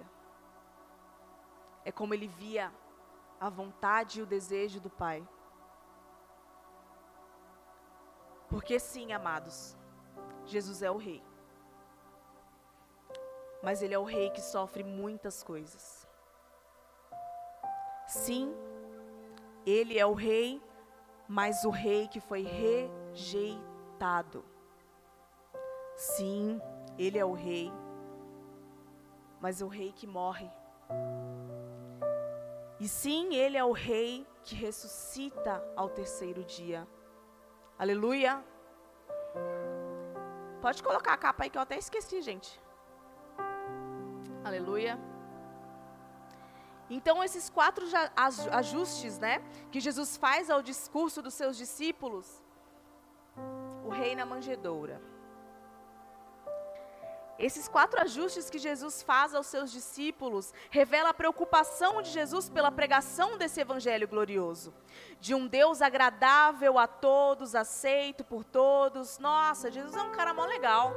É como ele via a vontade e o desejo do Pai. Porque sim, amados, Jesus é o Rei. Mas ele é o Rei que sofre muitas coisas. Sim, ele é o Rei, mas o Rei que foi rejeitado. Sim, ele é o Rei, mas o Rei que morre. E sim, ele é o Rei que ressuscita ao terceiro dia. Aleluia. Pode colocar a capa aí que eu até esqueci, gente. Aleluia. Então esses 4 ajustes, né, que Jesus faz ao discurso dos seus discípulos, o rei na manjedoura. Esses 4 ajustes que Jesus faz aos seus discípulos revela a preocupação de Jesus pela pregação desse evangelho glorioso. De um Deus agradável a todos, aceito por todos. Nossa, Jesus é um cara mó legal.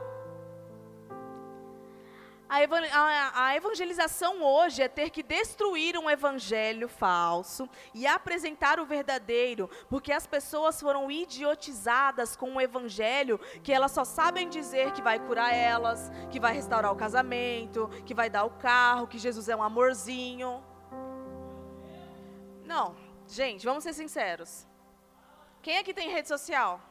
A evangelização hoje é ter que destruir um evangelho falso e apresentar o verdadeiro, porque as pessoas foram idiotizadas com um evangelho que elas só sabem dizer que vai curar elas, que vai restaurar o casamento, que vai dar o carro, que Jesus é um amorzinho. Não, gente, vamos ser sinceros. Quem aqui tem rede social?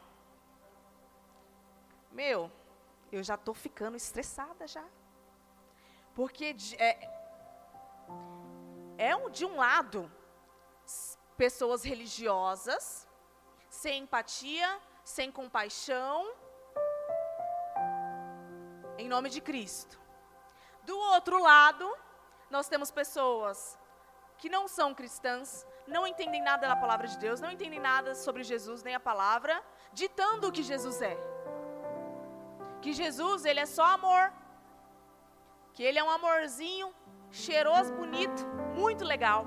Eu já estou ficando estressada já. Porque de um lado, pessoas religiosas, sem empatia, sem compaixão, em nome de Cristo. Do outro lado, nós temos pessoas que não são cristãs, não entendem nada da palavra de Deus, não entendem nada sobre Jesus, nem a palavra, ditando o que Jesus é. Que Jesus, ele é só amor. Que ele é um amorzinho, cheiroso, bonito, muito legal.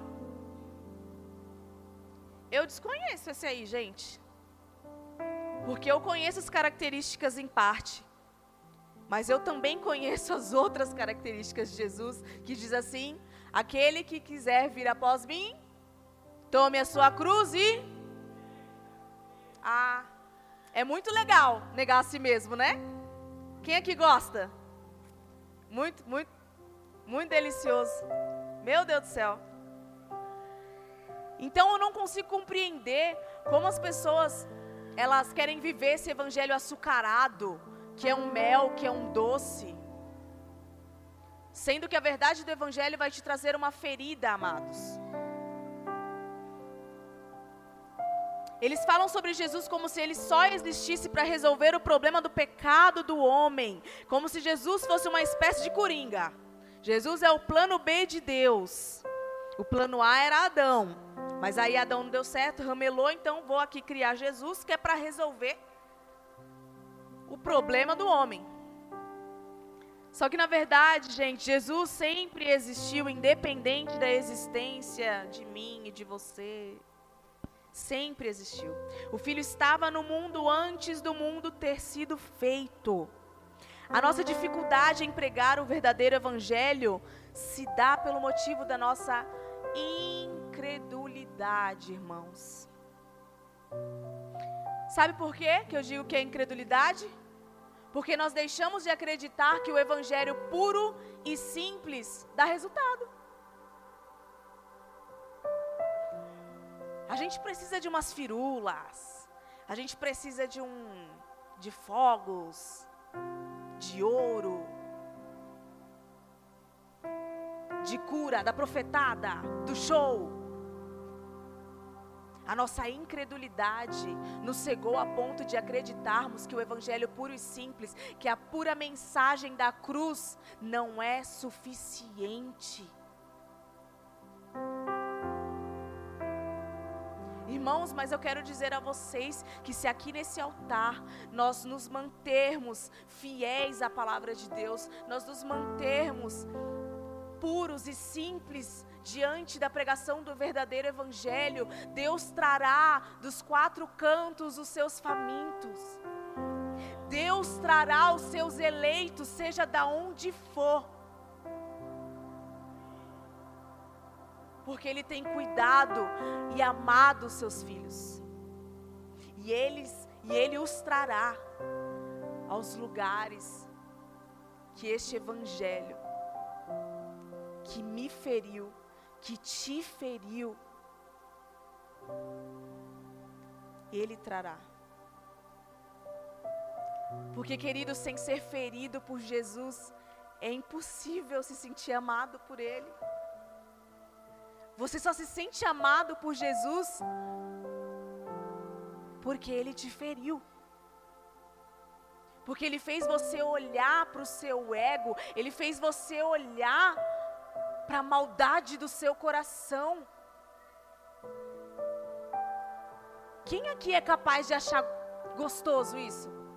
Eu desconheço esse aí, gente. Porque eu conheço as características em parte. Mas eu também conheço as outras características de Jesus, que diz assim: aquele que quiser vir após mim, tome a sua cruz e... é muito legal negar a si mesmo, né? Quem aqui gosta? Muito, muito, muito delicioso. Meu Deus do céu. Então eu não consigo compreender como as pessoas, elas querem viver esse evangelho açucarado, que é um mel, que é um doce. Sendo que a verdade do evangelho vai te trazer uma ferida, amados. Eles falam sobre Jesus como se ele só existisse para resolver o problema do pecado do homem. Como se Jesus fosse uma espécie de coringa. Jesus é o plano B de Deus. O plano A era Adão. Mas aí Adão não deu certo, ramelou, então vou aqui criar Jesus, que é para resolver o problema do homem. Só que na verdade, gente, Jesus sempre existiu, independente da existência de mim e de você. Sempre existiu. O Filho estava no mundo antes do mundo ter sido feito. A nossa dificuldade em pregar o verdadeiro evangelho se dá pelo motivo da nossa incredulidade, irmãos. Sabe por quê que eu digo que é incredulidade? Porque nós deixamos de acreditar que o evangelho puro e simples dá resultado. A gente precisa de umas firulas, a gente precisa de fogos, de ouro, de cura, da profetada, do show. A nossa incredulidade nos cegou a ponto de acreditarmos que o evangelho puro e simples, que a pura mensagem da cruz não é suficiente. Irmãos, mas eu quero dizer a vocês que se aqui nesse altar nós nos mantermos fiéis à palavra de Deus, nós nos mantermos puros e simples diante da pregação do verdadeiro evangelho, Deus trará dos 4 cantos os seus famintos. Deus trará os seus eleitos, seja da onde for. Porque Ele tem cuidado e amado os seus filhos. E Ele os trará aos lugares que este evangelho, que me feriu, que te feriu, Ele trará. Porque, querido, sem ser ferido por Jesus, é impossível se sentir amado por Ele. Você só se sente amado por Jesus porque Ele te feriu. Porque Ele fez você olhar para o seu ego, Ele fez você olhar para a maldade do seu coração. Quem aqui é capaz de achar gostoso isso?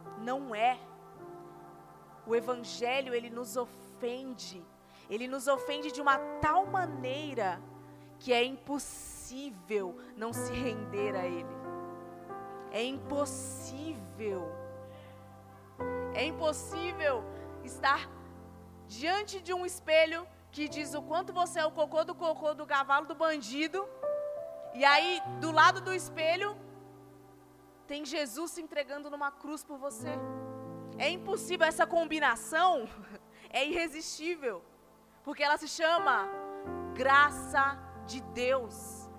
Não é. O Evangelho, ele nos ofende. Ele nos ofende de uma tal maneira que é impossível não se render a Ele. É impossível. É impossível estar diante de um espelho que diz o quanto você é o cocô do cavalo do bandido. E aí, do lado do espelho, tem Jesus se entregando numa cruz por você. É impossível, essa combinação é irresistível. Porque ela se chama graça de Deus.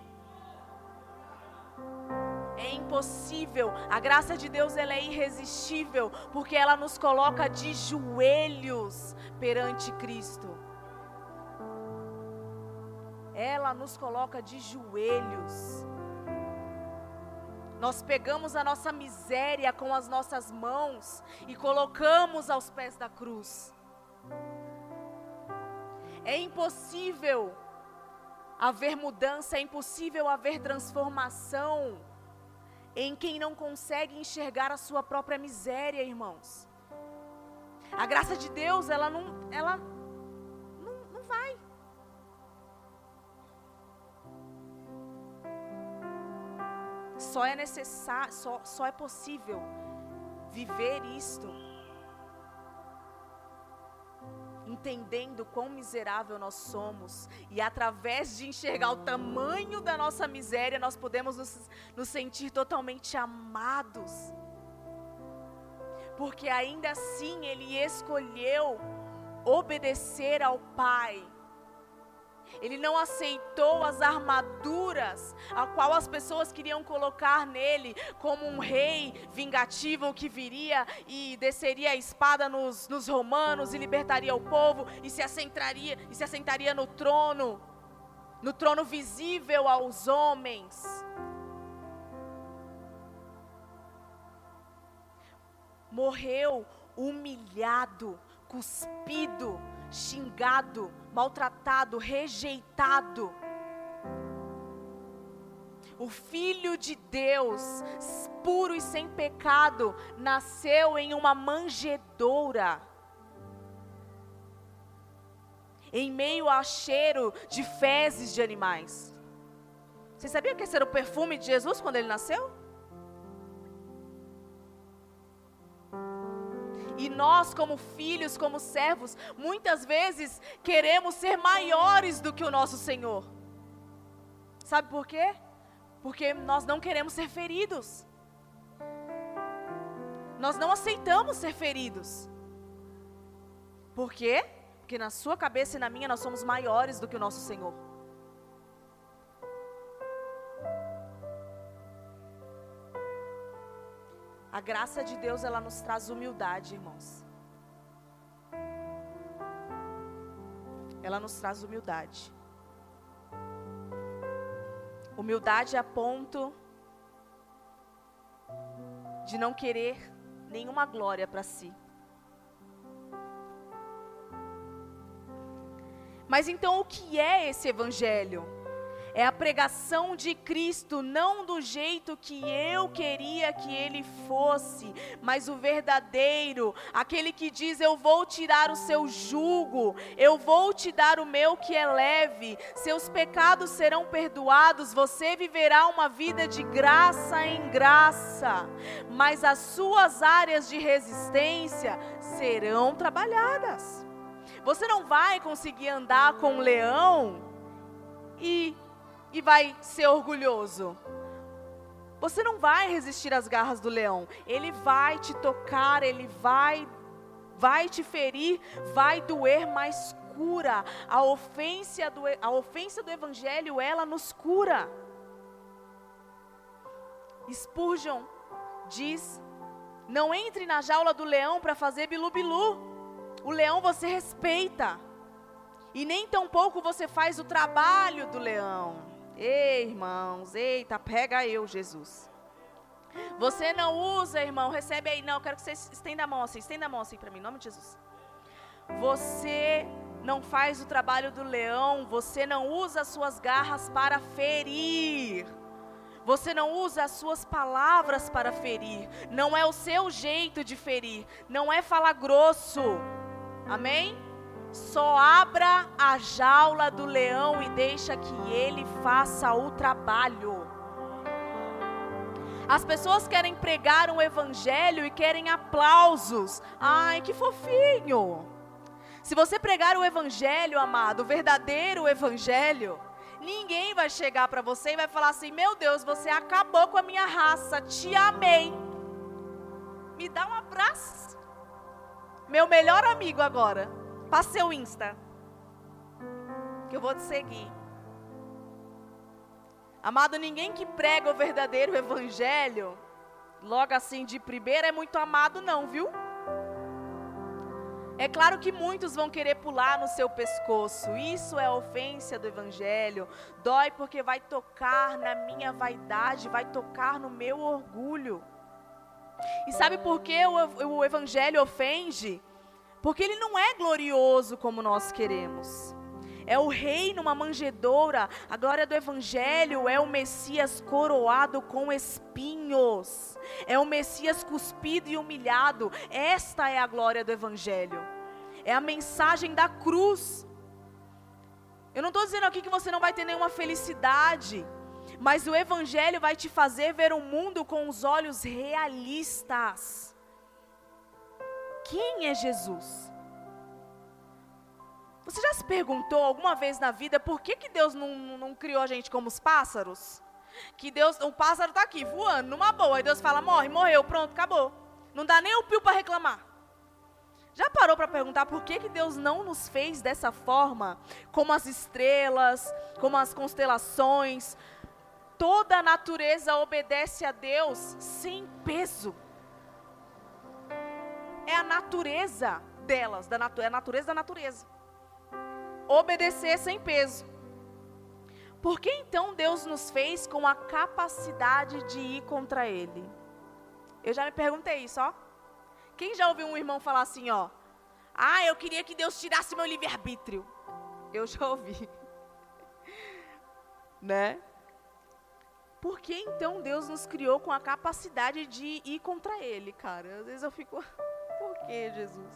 É impossível, a graça de Deus ela é irresistível, porque ela nos coloca de joelhos perante Cristo. Ela nos coloca de joelhos. Nós pegamos a nossa miséria com as nossas mãos e colocamos aos pés da cruz. É impossível haver mudança, é impossível haver transformação em quem não consegue enxergar a sua própria miséria, irmãos. A graça de Deus, ela não vai. Só é necessário, só é possível viver isto entendendo quão miserável nós somos, e através de enxergar o tamanho da nossa miséria, nós podemos nos sentir totalmente amados, porque ainda assim Ele escolheu obedecer ao Pai. Ele não aceitou as armaduras a qual as pessoas queriam colocar nele como um rei vingativo que viria e desceria a espada nos romanos e libertaria o povo e se assentaria no trono visível aos homens. Morreu humilhado, cuspido, xingado, maltratado, rejeitado. O Filho de Deus, puro e sem pecado, nasceu em uma manjedoura, em meio a cheiro de fezes de animais. Você sabia que esse era o perfume de Jesus quando Ele nasceu? E nós, como filhos, como servos, muitas vezes queremos ser maiores do que o nosso Senhor. Sabe por quê? Porque nós não queremos ser feridos. Nós não aceitamos ser feridos. Por quê? Porque na sua cabeça e na minha nós somos maiores do que o nosso Senhor. A graça de Deus, ela nos traz humildade, irmãos. Ela nos traz humildade. Humildade a ponto de não querer nenhuma glória para si. Mas então o que é esse evangelho? É a pregação de Cristo, não do jeito que eu queria que Ele fosse, mas o verdadeiro, aquele que diz: eu vou tirar o seu jugo, eu vou te dar o meu que é leve, seus pecados serão perdoados, você viverá uma vida de graça em graça, mas as suas áreas de resistência serão trabalhadas. Você não vai conseguir andar com um leão e vai ser orgulhoso. Você não vai resistir às garras do leão. Ele vai te tocar, ele vai te ferir, vai doer, mas cura. A ofensa do evangelho, ela nos cura. Spurgeon diz: não entre na jaula do leão para fazer bilu-bilu. O leão você respeita, e nem tampouco você faz o trabalho do leão. Ei, irmãos, eita, pega eu, Jesus. Você não usa, irmão, recebe aí, não, eu quero que você estenda a mão assim para mim, em nome de Jesus. Você não faz o trabalho do leão, você não usa as suas garras para ferir. Você não usa as suas palavras para ferir. Não é o seu jeito de ferir. Não é falar grosso. Amém? Só abra a jaula do leão e deixa que ele faça o trabalho. As pessoas querem pregar um evangelho e querem aplausos. Ai, que fofinho. Se você pregar o evangelho, amado, o verdadeiro evangelho, ninguém vai chegar para você e vai falar assim: meu Deus, você acabou com a minha raça, te amei. Me dá um abraço. Meu melhor amigo agora. Passa seu Insta, que eu vou te seguir. Amado, ninguém que prega o verdadeiro evangelho, logo assim de primeira, é muito amado não, viu? É claro que muitos vão querer pular no seu pescoço. Isso é ofensa do evangelho. Dói porque vai tocar na minha vaidade, vai tocar no meu orgulho. E sabe por que o evangelho ofende? Porque ele não é glorioso como nós queremos. É o rei numa manjedoura. A glória do evangelho é o Messias coroado com espinhos. É o Messias cuspido e humilhado. Esta é a glória do evangelho. É a mensagem da cruz. Eu não estou dizendo aqui que você não vai ter nenhuma felicidade. Mas o evangelho vai te fazer ver o mundo com os olhos realistas. Quem é Jesus? Você já se perguntou alguma vez na vida por que Deus não criou a gente como os pássaros? Que Deus, o pássaro está aqui voando numa boa, e Deus fala: morre, morreu, pronto, acabou. Não dá nem o pio para reclamar. Já parou para perguntar por que Deus não nos fez dessa forma? Como as estrelas, como as constelações. Toda a natureza obedece a Deus sem peso. É a natureza delas, é a natureza da natureza. Obedecer sem peso. Por que então Deus nos fez com a capacidade de ir contra Ele? Eu já me perguntei isso, ó. Quem já ouviu um irmão falar assim, ó: ah, eu queria que Deus tirasse meu livre-arbítrio. Eu já ouvi. Né? Por que então Deus nos criou com a capacidade de ir contra Ele, cara? Às vezes eu fico: por que, Jesus?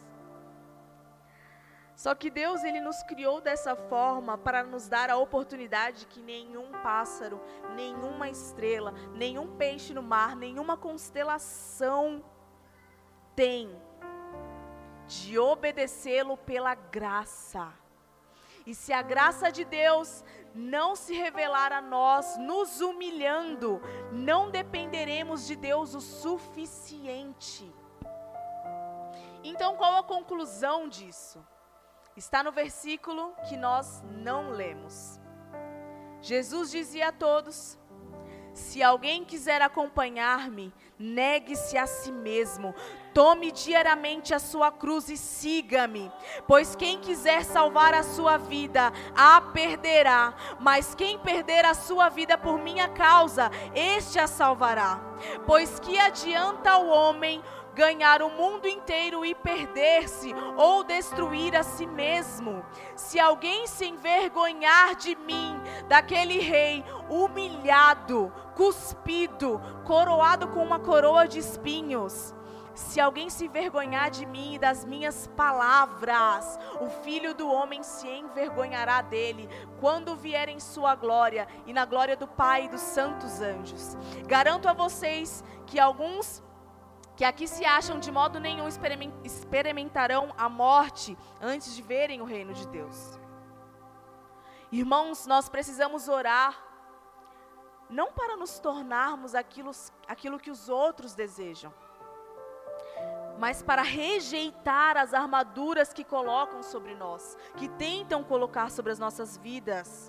Só que Deus, Ele nos criou dessa forma para nos dar a oportunidade que nenhum pássaro, nenhuma estrela, nenhum peixe no mar, nenhuma constelação tem, de obedecê-lo pela graça. E se a graça de Deus não se revelar a nós, nos humilhando, não dependeremos de Deus o suficiente. Então, qual a conclusão disso? Está no versículo que nós não lemos. Jesus dizia a todos: se alguém quiser acompanhar-me, negue-se a si mesmo, tome diariamente a sua cruz e siga-me. Pois quem quiser salvar a sua vida, a perderá. Mas quem perder a sua vida por minha causa, este a salvará. Pois que adianta o homem ganhar o mundo inteiro e perder-se, ou destruir a si mesmo? Se alguém se envergonhar de mim, daquele rei humilhado, cuspido, coroado com uma coroa de espinhos, se alguém se envergonhar de mim e das minhas palavras, o Filho do Homem se envergonhará dele, quando vier em sua glória, e na glória do Pai e dos santos anjos. Garanto a vocês que alguns que aqui se acham de modo nenhum experimentarão a morte antes de verem o reino de Deus. Irmãos, nós precisamos orar, não para nos tornarmos aquilo que os outros desejam, mas para rejeitar as armaduras que colocam sobre nós, que tentam colocar sobre as nossas vidas.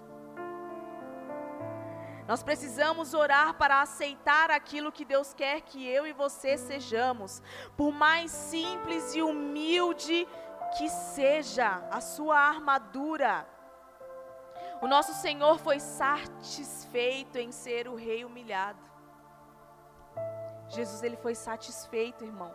Nós precisamos orar para aceitar aquilo que Deus quer que eu e você sejamos, por mais simples e humilde que seja a sua armadura. O nosso Senhor foi satisfeito em ser o rei humilhado. Jesus, Ele foi satisfeito, irmão,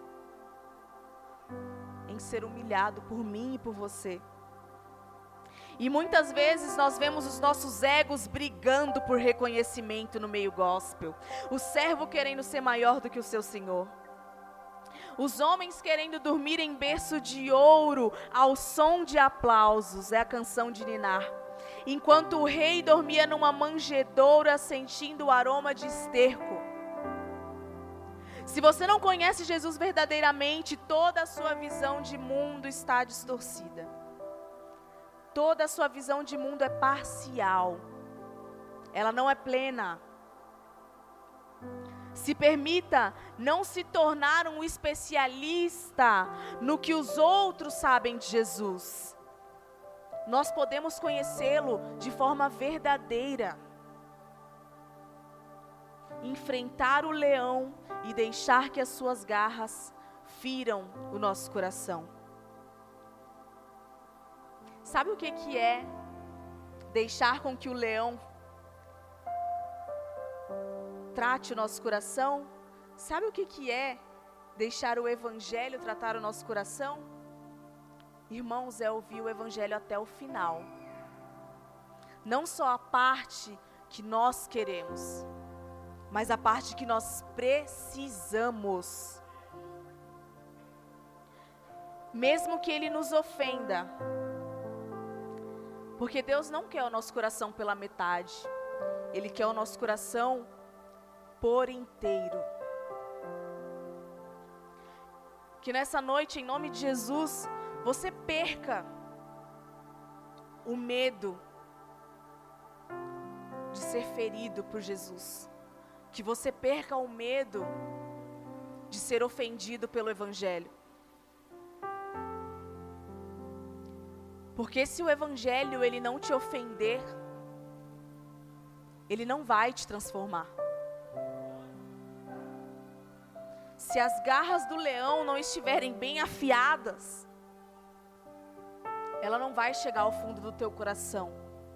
em ser humilhado por mim e por você. E muitas vezes nós vemos os nossos egos brigando por reconhecimento no meio gospel. O servo querendo ser maior do que o seu senhor. Os homens querendo dormir em berço de ouro ao som de aplausos. É a canção de ninar. Enquanto o rei dormia numa manjedoura sentindo o aroma de esterco. Se você não conhece Jesus verdadeiramente, toda a sua visão de mundo está distorcida. Toda a sua visão de mundo é parcial. Ela não é plena. Se permita não se tornar um especialista no que os outros sabem de Jesus. Nós podemos conhecê-lo de forma verdadeira. Enfrentar o leão e deixar que as suas garras firam o nosso coração. Sabe o que é deixar com que o leão trate o nosso coração? Sabe o que é deixar o evangelho tratar o nosso coração? Irmãos, é ouvir o evangelho até o final. Não só a parte que nós queremos, mas a parte que nós precisamos. Mesmo que ele nos ofenda. Porque Deus não quer o nosso coração pela metade. Ele quer o nosso coração por inteiro. Que nessa noite, em nome de Jesus, você perca o medo de ser ferido por Jesus. Que você perca o medo de ser ofendido pelo evangelho. Porque se o evangelho ele não te ofender, ele não vai te transformar. Se as garras do leão não estiverem bem afiadas, ela não vai chegar ao fundo do teu coração.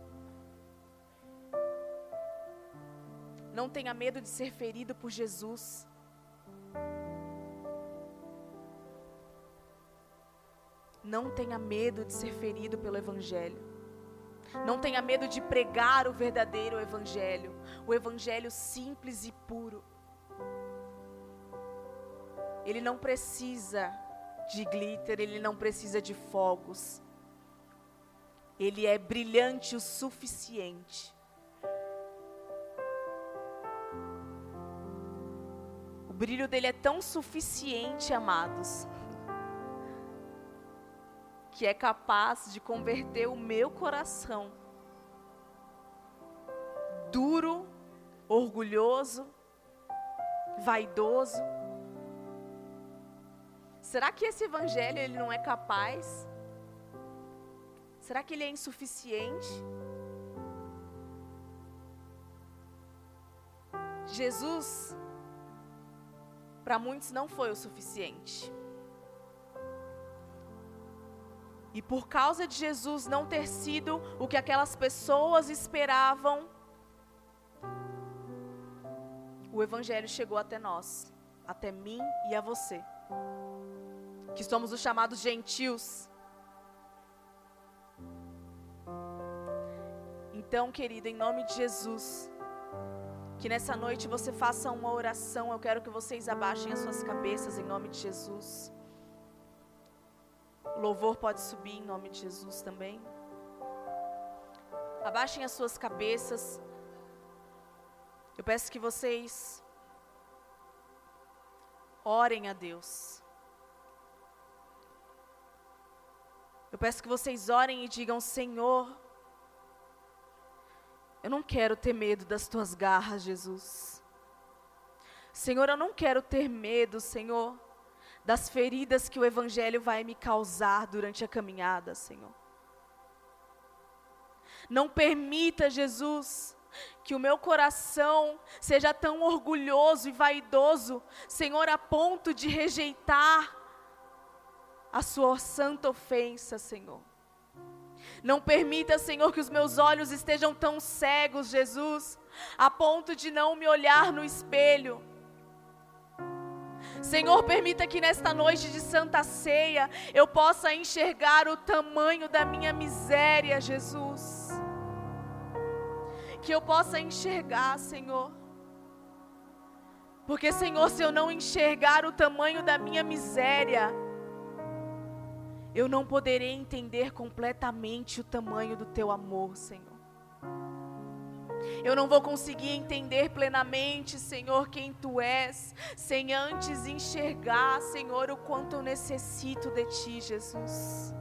Não tenha medo de ser ferido por Jesus. Não tenha medo de ser ferido pelo evangelho. Não tenha medo de pregar o verdadeiro evangelho. O evangelho simples e puro. Ele não precisa de glitter, ele não precisa de fogos. Ele é brilhante o suficiente. O brilho dele é tão suficiente, amados, que é capaz de converter o meu coração, duro, orgulhoso, vaidoso. Será que esse evangelho ele não é capaz? Será que ele é insuficiente? Jesus, para muitos não foi o suficiente. E por causa de Jesus não ter sido o que aquelas pessoas esperavam, o evangelho chegou até nós, até mim e a você, que somos os chamados gentios. Então, querido, em nome de Jesus, que nessa noite você faça uma oração. Eu quero que vocês abaixem as suas cabeças em nome de Jesus. O louvor pode subir em nome de Jesus também. Abaixem as suas cabeças. Eu peço que vocês orem a Deus. Eu peço que vocês orem e digam: Senhor, eu não quero ter medo das tuas garras, Jesus. Senhor, eu não quero ter medo, Senhor, das feridas que o evangelho vai me causar durante a caminhada, Senhor. Não permita, Jesus, que o meu coração seja tão orgulhoso e vaidoso, Senhor, a ponto de rejeitar a sua santa ofensa, Senhor. Não permita, Senhor, que os meus olhos estejam tão cegos, Jesus, a ponto de não me olhar no espelho. Senhor, permita que nesta noite de Santa Ceia eu possa enxergar o tamanho da minha miséria, Jesus. Que eu possa enxergar, Senhor. Porque, Senhor, se eu não enxergar o tamanho da minha miséria, eu não poderei entender completamente o tamanho do Teu amor, Senhor. Eu não vou conseguir entender plenamente, Senhor, quem Tu és, sem antes enxergar, Senhor, o quanto eu necessito de Ti, Jesus.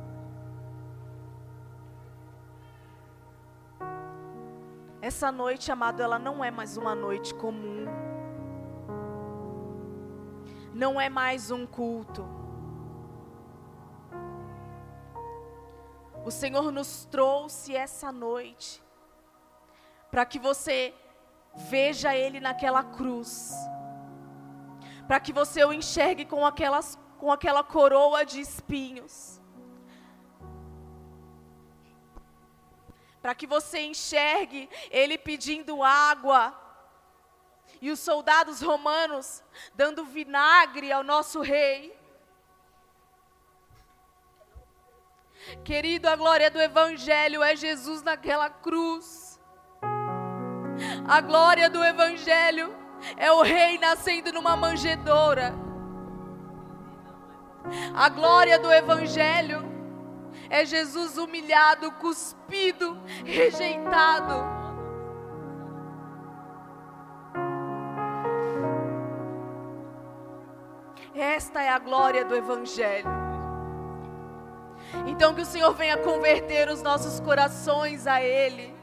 Essa noite, amado, ela não é mais uma noite comum. Não é mais um culto. O Senhor nos trouxe essa noite para que você veja Ele naquela cruz, para que você o enxergue com aquela coroa de espinhos, para que você enxergue Ele pedindo água, e os soldados romanos dando vinagre ao nosso rei. Querido, a glória do Evangelho é Jesus naquela cruz. A glória do Evangelho é o rei nascendo numa manjedoura. A glória do Evangelho é Jesus humilhado, cuspido, rejeitado. Esta é a glória do Evangelho. Então que o Senhor venha converter os nossos corações a Ele,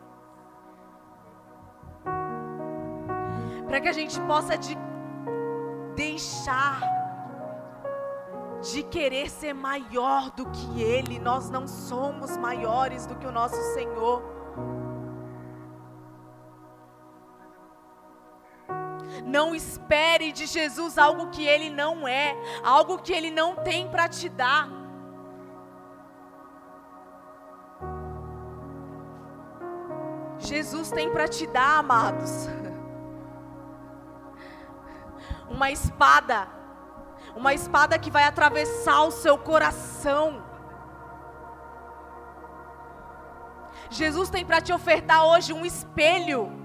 para que a gente possa deixar de querer ser maior do que Ele. Nós não somos maiores do que o nosso Senhor. Não espere de Jesus algo que Ele não é, algo que Ele não tem para te dar. Jesus tem para te dar, amados, uma espada que vai atravessar o seu coração. Jesus tem para te ofertar hoje um espelho.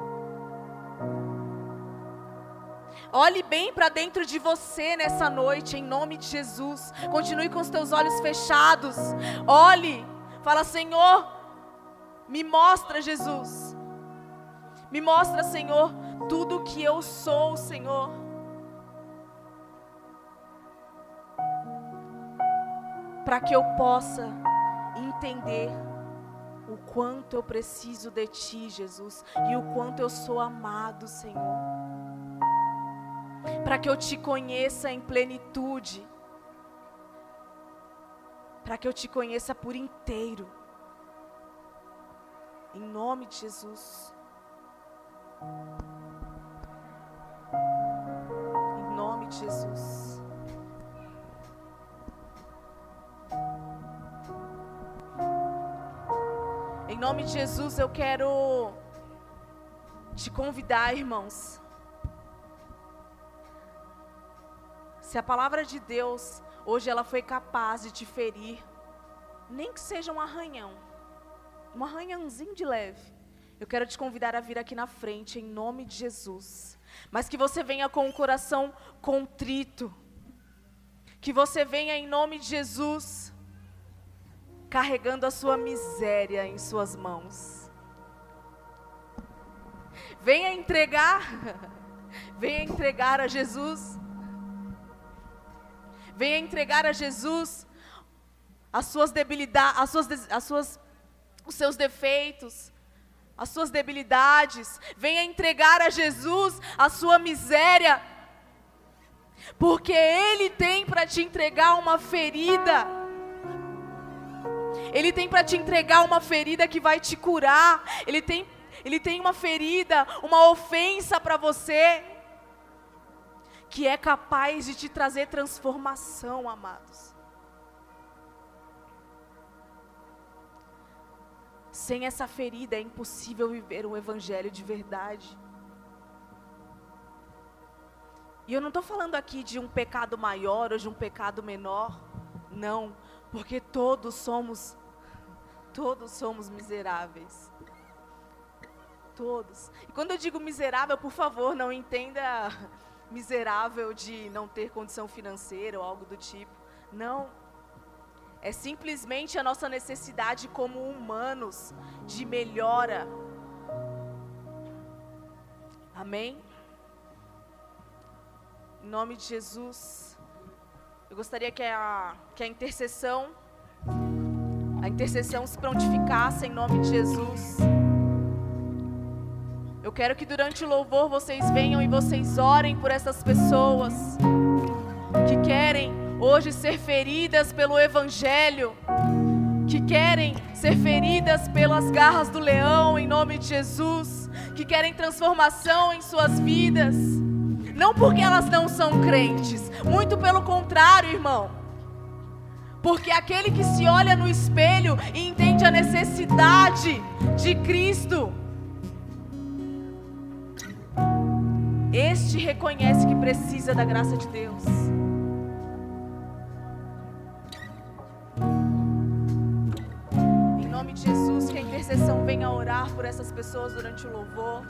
Olhe bem para dentro de você nessa noite, em nome de Jesus. Continue com os teus olhos fechados. Olhe, fala: Senhor, me mostra, Jesus. Me mostra, Senhor, tudo o que eu sou, Senhor. Para que eu possa entender o quanto eu preciso de Ti, Jesus, e o quanto eu sou amado, Senhor. Para que eu Te conheça em plenitude, para que eu Te conheça por inteiro, em nome de Jesus, em nome de Jesus. Em nome de Jesus, eu quero te convidar, irmãos. Se a palavra de Deus, hoje ela foi capaz de te ferir, nem que seja um arranhãozinho de leve, eu quero te convidar a vir aqui na frente, em nome de Jesus. Mas que você venha com o coração contrito, que você venha em nome de Jesus, carregando a sua miséria em suas mãos. Venha entregar a Jesus. Venha entregar a Jesus as suas debilidades, os seus defeitos, as suas debilidades. Venha entregar a Jesus a sua miséria, porque Ele tem para te entregar uma ferida. Ele tem para te entregar uma ferida que vai te curar. Ele tem uma ferida, uma ofensa para você, que é capaz de te trazer transformação, amados. Sem essa ferida é impossível viver um evangelho de verdade. E eu não estou falando aqui de um pecado maior ou de um pecado menor. Não, porque todos somos miseráveis. Todos. E quando eu digo miserável, por favor, não entenda miserável de não ter condição financeira ou algo do tipo. Não. É simplesmente a nossa necessidade como humanos de melhora. Amém? Em nome de Jesus, eu gostaria que a intercessão se prontificasse em nome de Jesus. Eu quero que durante o louvor vocês venham e vocês orem por essas pessoas que querem hoje ser feridas pelo Evangelho, que querem ser feridas pelas garras do leão em nome de Jesus, que querem transformação em suas vidas, não porque elas não são crentes, muito pelo contrário, irmão, porque aquele que se olha no espelho e entende a necessidade de Cristo, este reconhece que precisa da graça de Deus. Em nome de Jesus, que a intercessão venha orar por essas pessoas durante o louvor.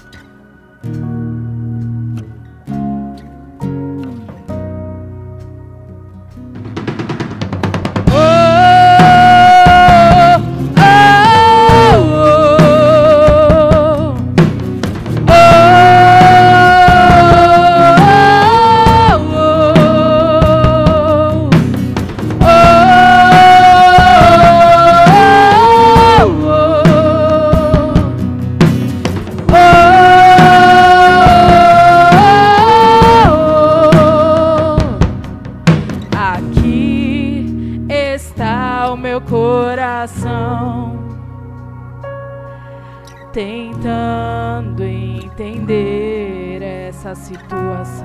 Tentando entender essa situação.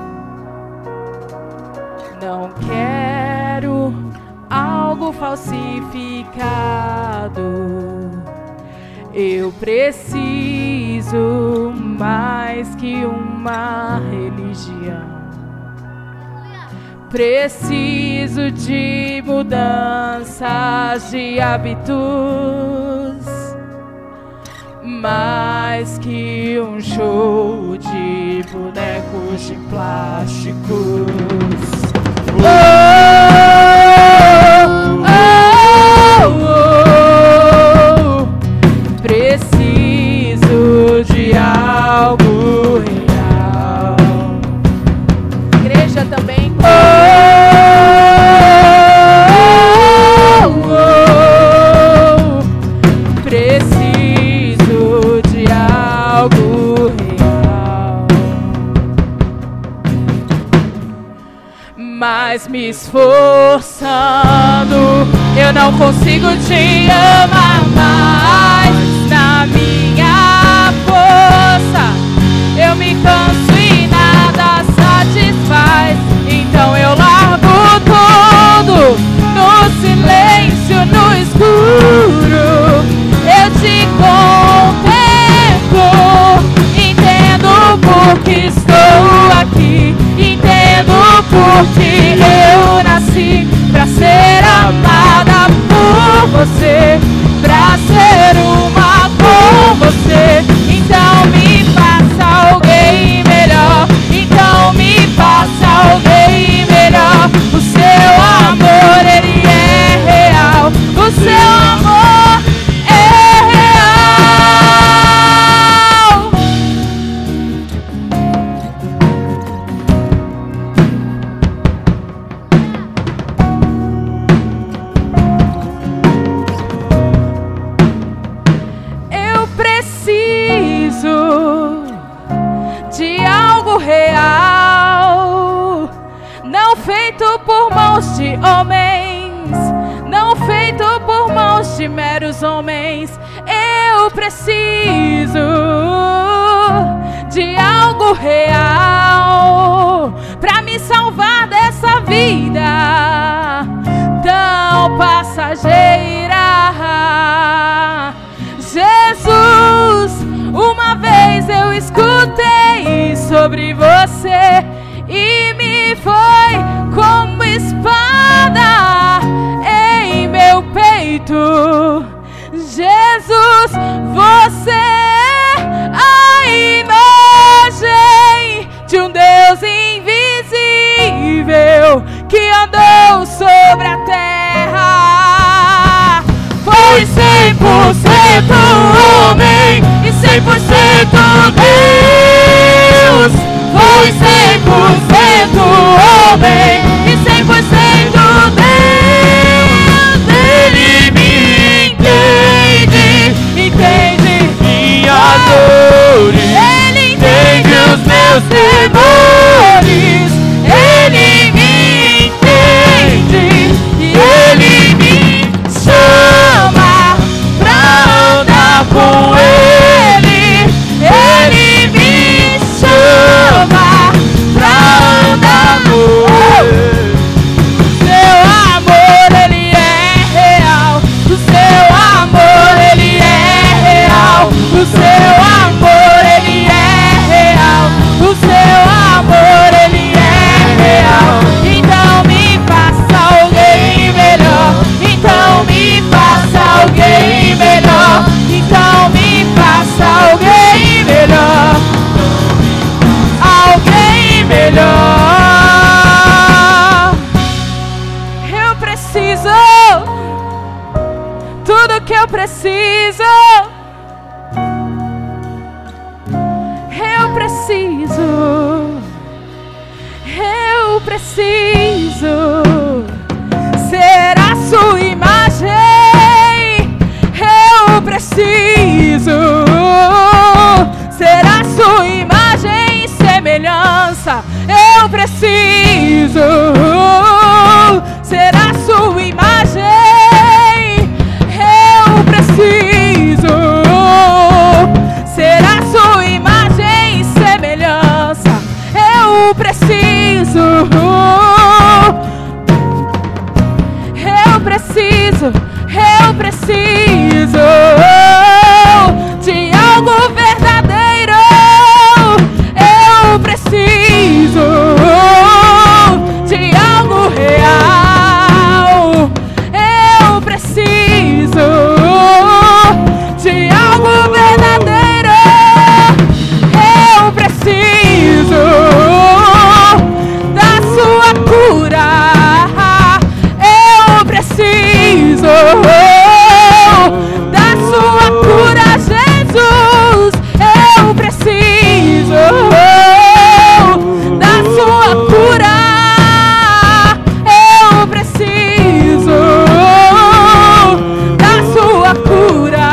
Não quero algo falsificado. Eu preciso mais que uma religião. Preciso de mudanças de hábitos, mais que um show de bonecos de plásticos. Preciso de algo real. Igreja também. Preciso de algo real. Mas me esforçando, eu não consigo te amar mais. Na minha força, eu me canso e nada satisfaz. Então eu largo tudo no silêncio, no escuro. Eu te contemplo, entendo porque estou aqui, entendo porque eu nasci pra ser amada por você, pra ser uma com você. Então me faça alguém melhor, então me faça alguém melhor. O seu amor, ele é real, o seu amor é real. Eu preciso de algo real, não feito por mãos de homens, não feito por mãos de meros homens. Eu preciso de algo real pra me salvar dessa vida tão passageira. Jesus, uma vez eu escutei sobre você e Deus, foi 100% homem e 100% Deus. Ele me entende minhas dores, Ele entende os meus temores, Ele me entende e Ele me chama pra andar com Ele. Ele me chama pra andar com Ele. Seu amor, Ele é real. O seu amor, Ele é real. O seu amor, Ele é real. O seu amor, Ele é real. Então me faça alguém melhor. Então me faça alguém melhor. Então me faça alguém melhor. Alguém melhor. Eu preciso tudo que eu preciso. Eu preciso ser a sua imagem. Eu preciso ser a sua imagem e semelhança. Eu preciso ser a sua imagem. Eu preciso ser a sua imagem e semelhança. Eu preciso de algo verdadeiro. Eu preciso de algo real. Eu preciso de algo verdadeiro. Eu preciso da sua cura. Eu preciso da sua cura, Jesus. Eu preciso da sua cura. Eu preciso da sua cura.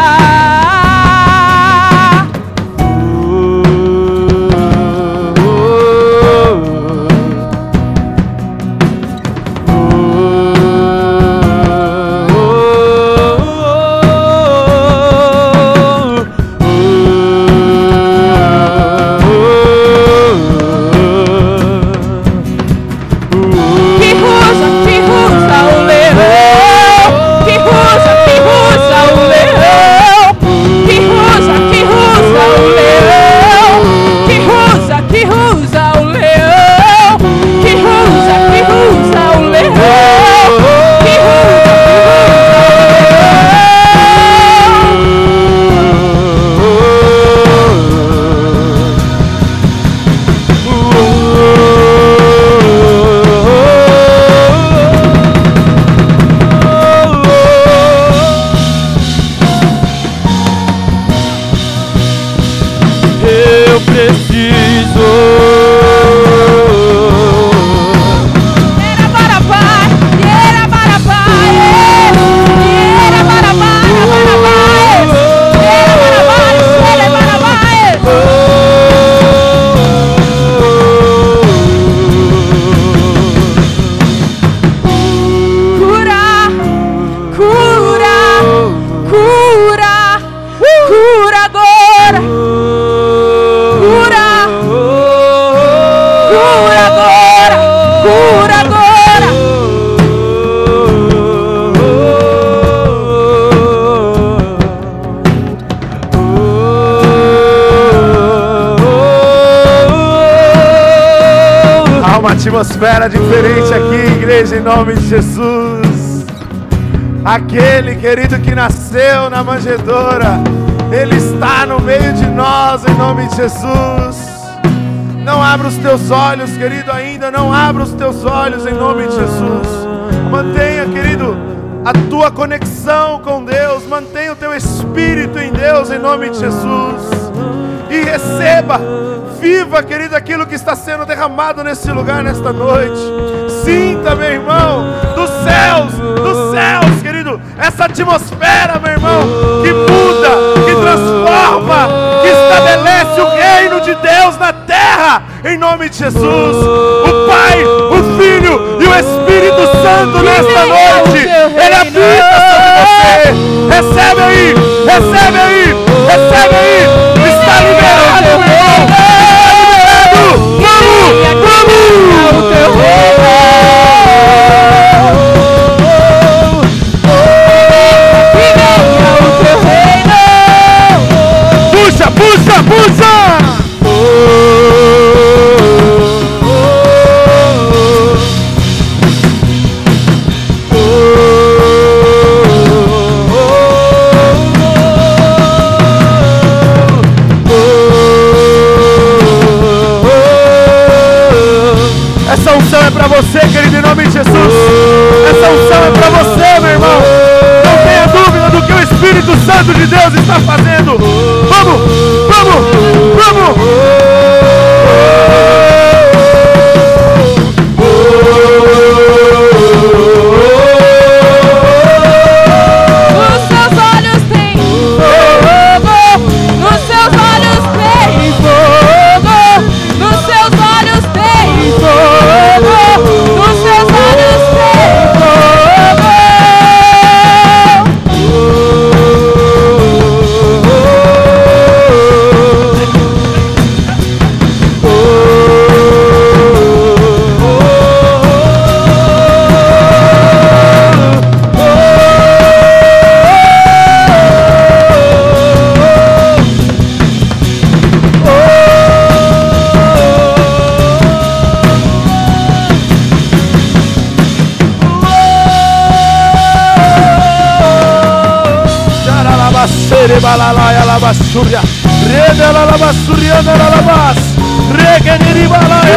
Atmosfera diferente aqui, igreja, em nome de Jesus. Aquele querido que nasceu na manjedoura, Ele está no meio de nós, em nome de Jesus. Não abra os teus olhos, querido, ainda não abra os teus olhos, em nome de Jesus. Mantenha, querido, a tua conexão com Deus, mantenha o teu espírito em Deus, em nome de Jesus. e receba, viva, querido, aquilo que está sendo derramado nesse lugar, nesta noite. Sinta, meu irmão, dos céus, querido, essa atmosfera, meu irmão, que muda, que transforma, que estabelece o reino de Deus na terra, em nome de Jesus. O Pai, o Filho e o Espírito Santo nesta noite, Ele habita sobre você. Recebe aí, recebe aí, recebe aí. Está liberado, meu irmão. Está liberado. Vamos, vamos. O teu reino. Puxa, puxa, puxa. Essa unção é para você, querido, em nome de Jesus. Essa unção é para você, meu irmão. Não tenha dúvida do que o Espírito Santo de Deus está fazendo. Vamos, vamos, vamos. Nos seus olhos tem fogo, nos seus olhos tem fogo, nos seus olhos tem fogo, nos seus olhos tem fogo. Balalaia labassuria, reda la labassuria da labas, regeneri balaia,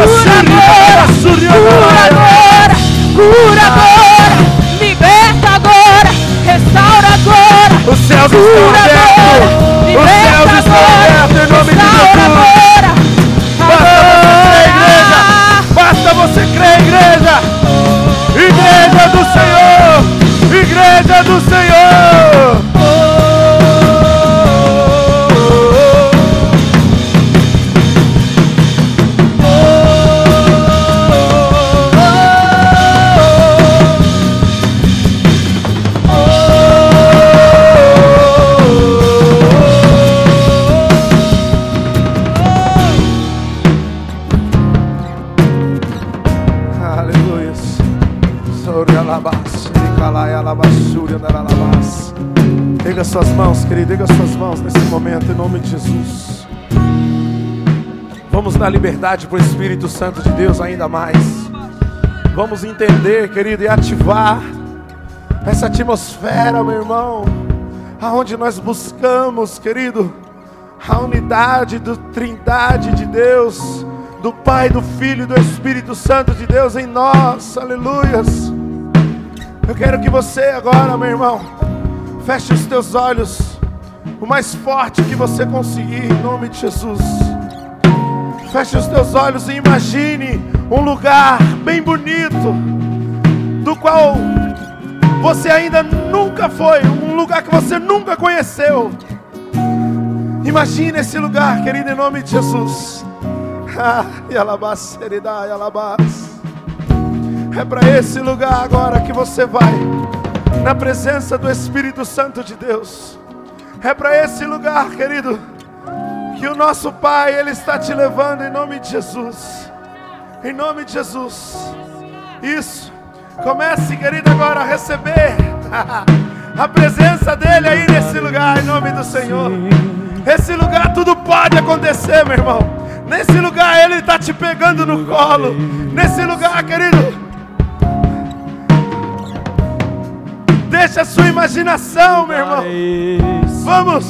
Cura agora, liberta agora, restaura agora. Os céus estão abertos, os céus estão abertos em nome de Jesus. Basta você crer, igreja, igreja do Senhor, igreja do Senhor. Erga suas mãos, querido, erga suas mãos nesse momento, em nome de Jesus. Vamos dar liberdade para o Espírito Santo de Deus ainda mais. Vamos entender, querido, e ativar essa atmosfera, meu irmão, aonde nós buscamos, querido, a unidade da Trindade de Deus, do Pai, do Filho e do Espírito Santo de Deus em nós, aleluias. Eu quero que você agora, meu irmão, feche os teus olhos o mais forte que você conseguir, em nome de Jesus. Feche os teus olhos e imagine um lugar bem bonito, do qual você ainda nunca foi, um lugar que você nunca conheceu. Imagine esse lugar, querido, em nome de Jesus. É para esse lugar agora que você vai, na presença do Espírito Santo de Deus. É para esse lugar, querido, que o nosso Pai, Ele está te levando em nome de Jesus. Em nome de Jesus. Isso. Comece, querido, agora a receber a presença dEle aí nesse lugar, em nome do Senhor. Esse lugar tudo pode acontecer, meu irmão. Nesse lugar Ele está te pegando no colo. Nesse lugar, querido, deixa a sua imaginação, meu irmão. Vamos.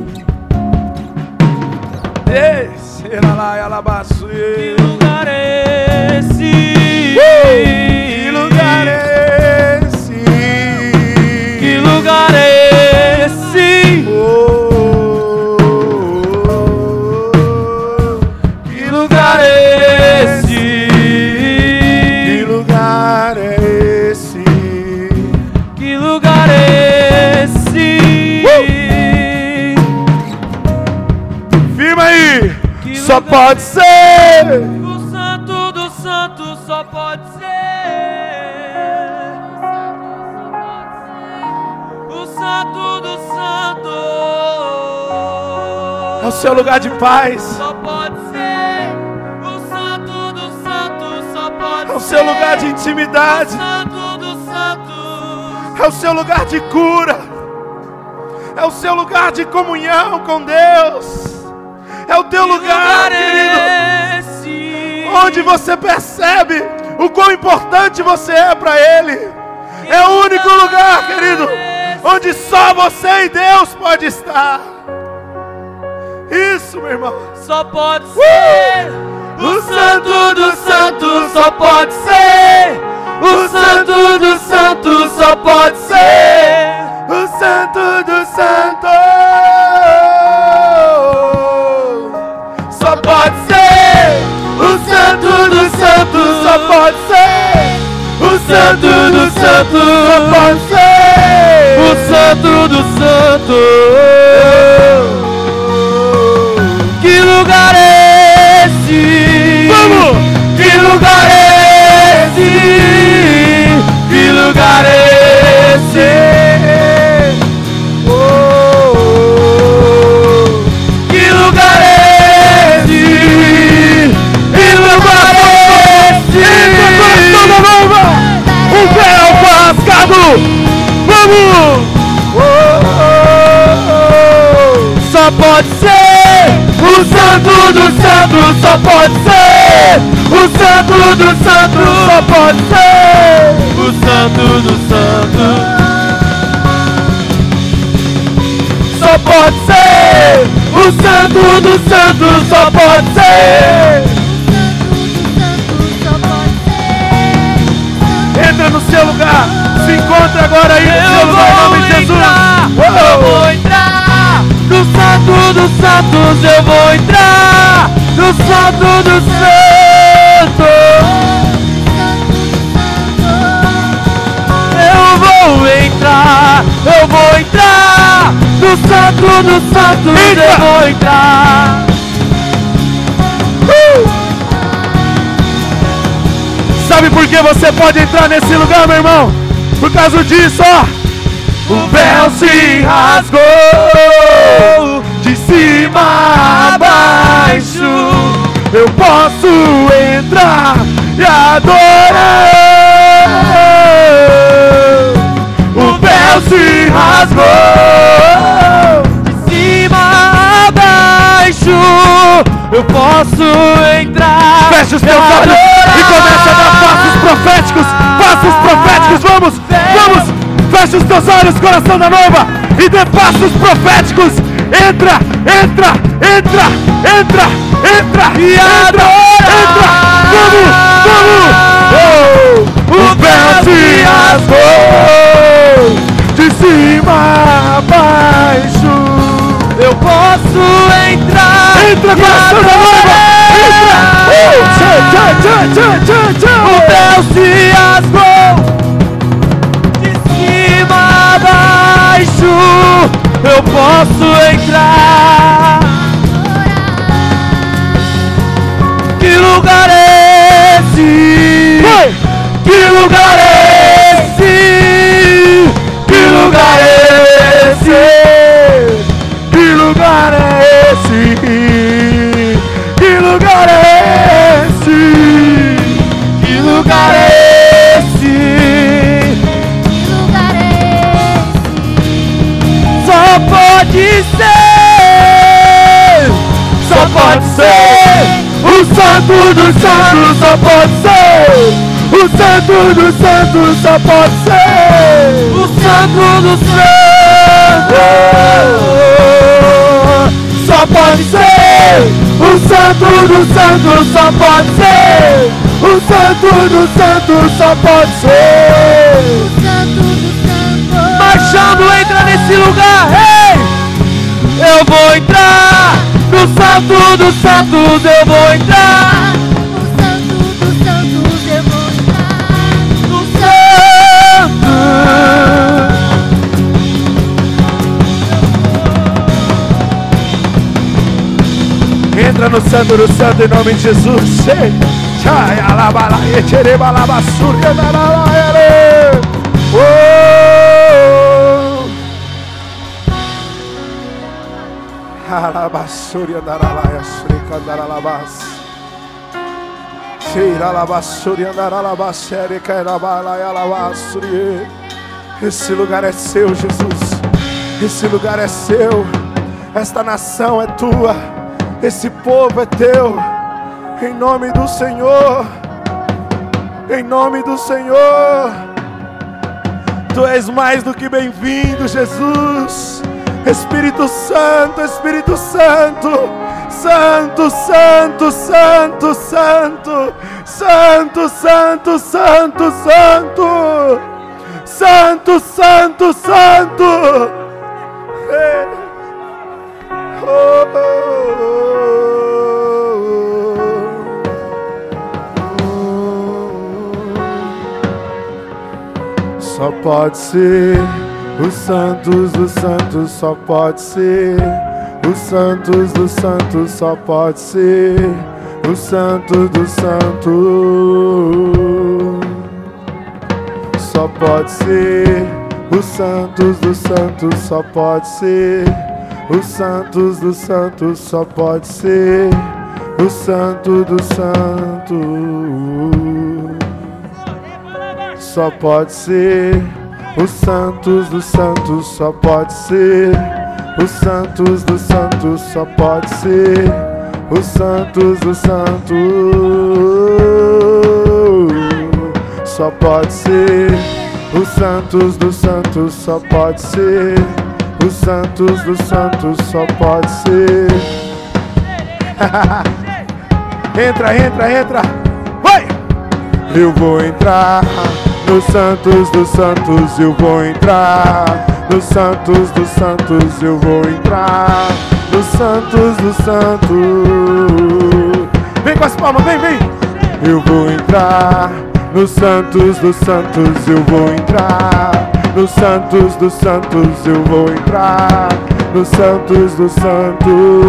Que lugar é esse? Que lugar é esse? Que lugar é esse? só pode ser. O Santo do Santo só pode ser. O Santo do Santo É o seu lugar de paz. só pode ser. O Santo do Santo só pode ser. É o seu lugar de intimidade. O Santo do Santo É o seu lugar de cura. É o seu lugar de comunhão com Deus. É o teu lugar, querido, esse. onde você percebe o quão importante você é para Ele. É o único lugar, querido, onde só você e Deus pode estar. Isso, meu irmão. Só pode ser. O Santo do Santo só pode ser. O Santo do Santo só pode ser. O Santo do Santo só pode ser. O Santo do Santo só pode ser. O Santo do Santo só pode ser. O Santo do Santo. Que lugar é esse? Vamos! Que lugar é esse? Que lugar é esse? Que lugar é esse? Que lugar é esse? Toda nova! Um véu rasgado! Vamos! Só pode ser. O Santo do Santo só pode ser. O Santo do Santo só pode ser. O Santo do Santo só pode ser. O Santo do Santo só pode ser. Entra no seu lugar! Se encontra agora aí no seu lugar, em nome de Jesus! Eu vou entrar no Santo dos Santos, eu vou entrar no Santo dos Santos. Eu vou entrar no Santo dos Santos, eu vou entrar. Sabe por que você pode entrar nesse lugar, meu irmão? Por causa disso, ó! O véu se rasgou de cima a baixo. Eu posso entrar e adorar. O véu se rasgou De cima a baixo, eu posso entrar. Fecha os teus olhos e começa a dar passos proféticos. Passos proféticos, vamos, vamos. Fecha os teus olhos, coração da noiva, e dê passos proféticos. Entra, entra, entra, entra, entra, E entra, entra. Vamos, vamos. Oh, o véu se rasgou de cima a baixo. Eu posso entrar. Entra, coração da noiva. Entra. Tchá, tchá, tchá, tchá, tchá. O véu se rasgou de cima a baixo. Eu posso entrar. Que lugar é esse? Que lugar é esse? Que lugar é esse? Que lugar é esse? Que lugar é esse? Que lugar é esse? Só pode ser. Só pode ser. O Santo dos Santos só pode ser. O Santo dos Santos só pode ser. O Santo do Santo Só pode ser. O Santo dos Santos só pode ser. O Santo dos Santos só pode ser. marchando, entra nesse lugar. Hey! Eu vou entrar no Santo dos Santos, eu vou entrar no Santo. Entra no santo do santo em nome de Jesus. Esse lugar é seu, Jesus. Esse lugar é seu. Esta nação é tua. Esse povo é teu. Em nome do Senhor. Em nome do Senhor. Tu és mais do que bem-vindo, Jesus. Espírito Santo, Espírito Santo. Santo, Santo, Santo, Santo. Santo, Santo, Santo, Santo. Santo, Santo, Santo. Só pode ser os santos dos santos, só pode ser os santos dos santos, só pode ser os santos dos santos. Só pode ser os santos dos santos, só pode ser os santos dos santos, só pode ser o santo dos santos. Só pode ser os santos dos santos, só pode ser os santos dos santos, só pode ser os santos dos santos. Só pode ser os santos dos santos, só pode ser os santos dos santos, só pode ser. Entra, entra, entra. Vai! Eu vou entrar nos santos dos santos, eu vou entrar nos santos dos santos, eu vou entrar nos santos dos santos. Vem com as palmas, vem, vem. Eu vou entrar nos santos dos santos, eu vou entrar nos santos dos santos, eu vou entrar nos santos dos santos.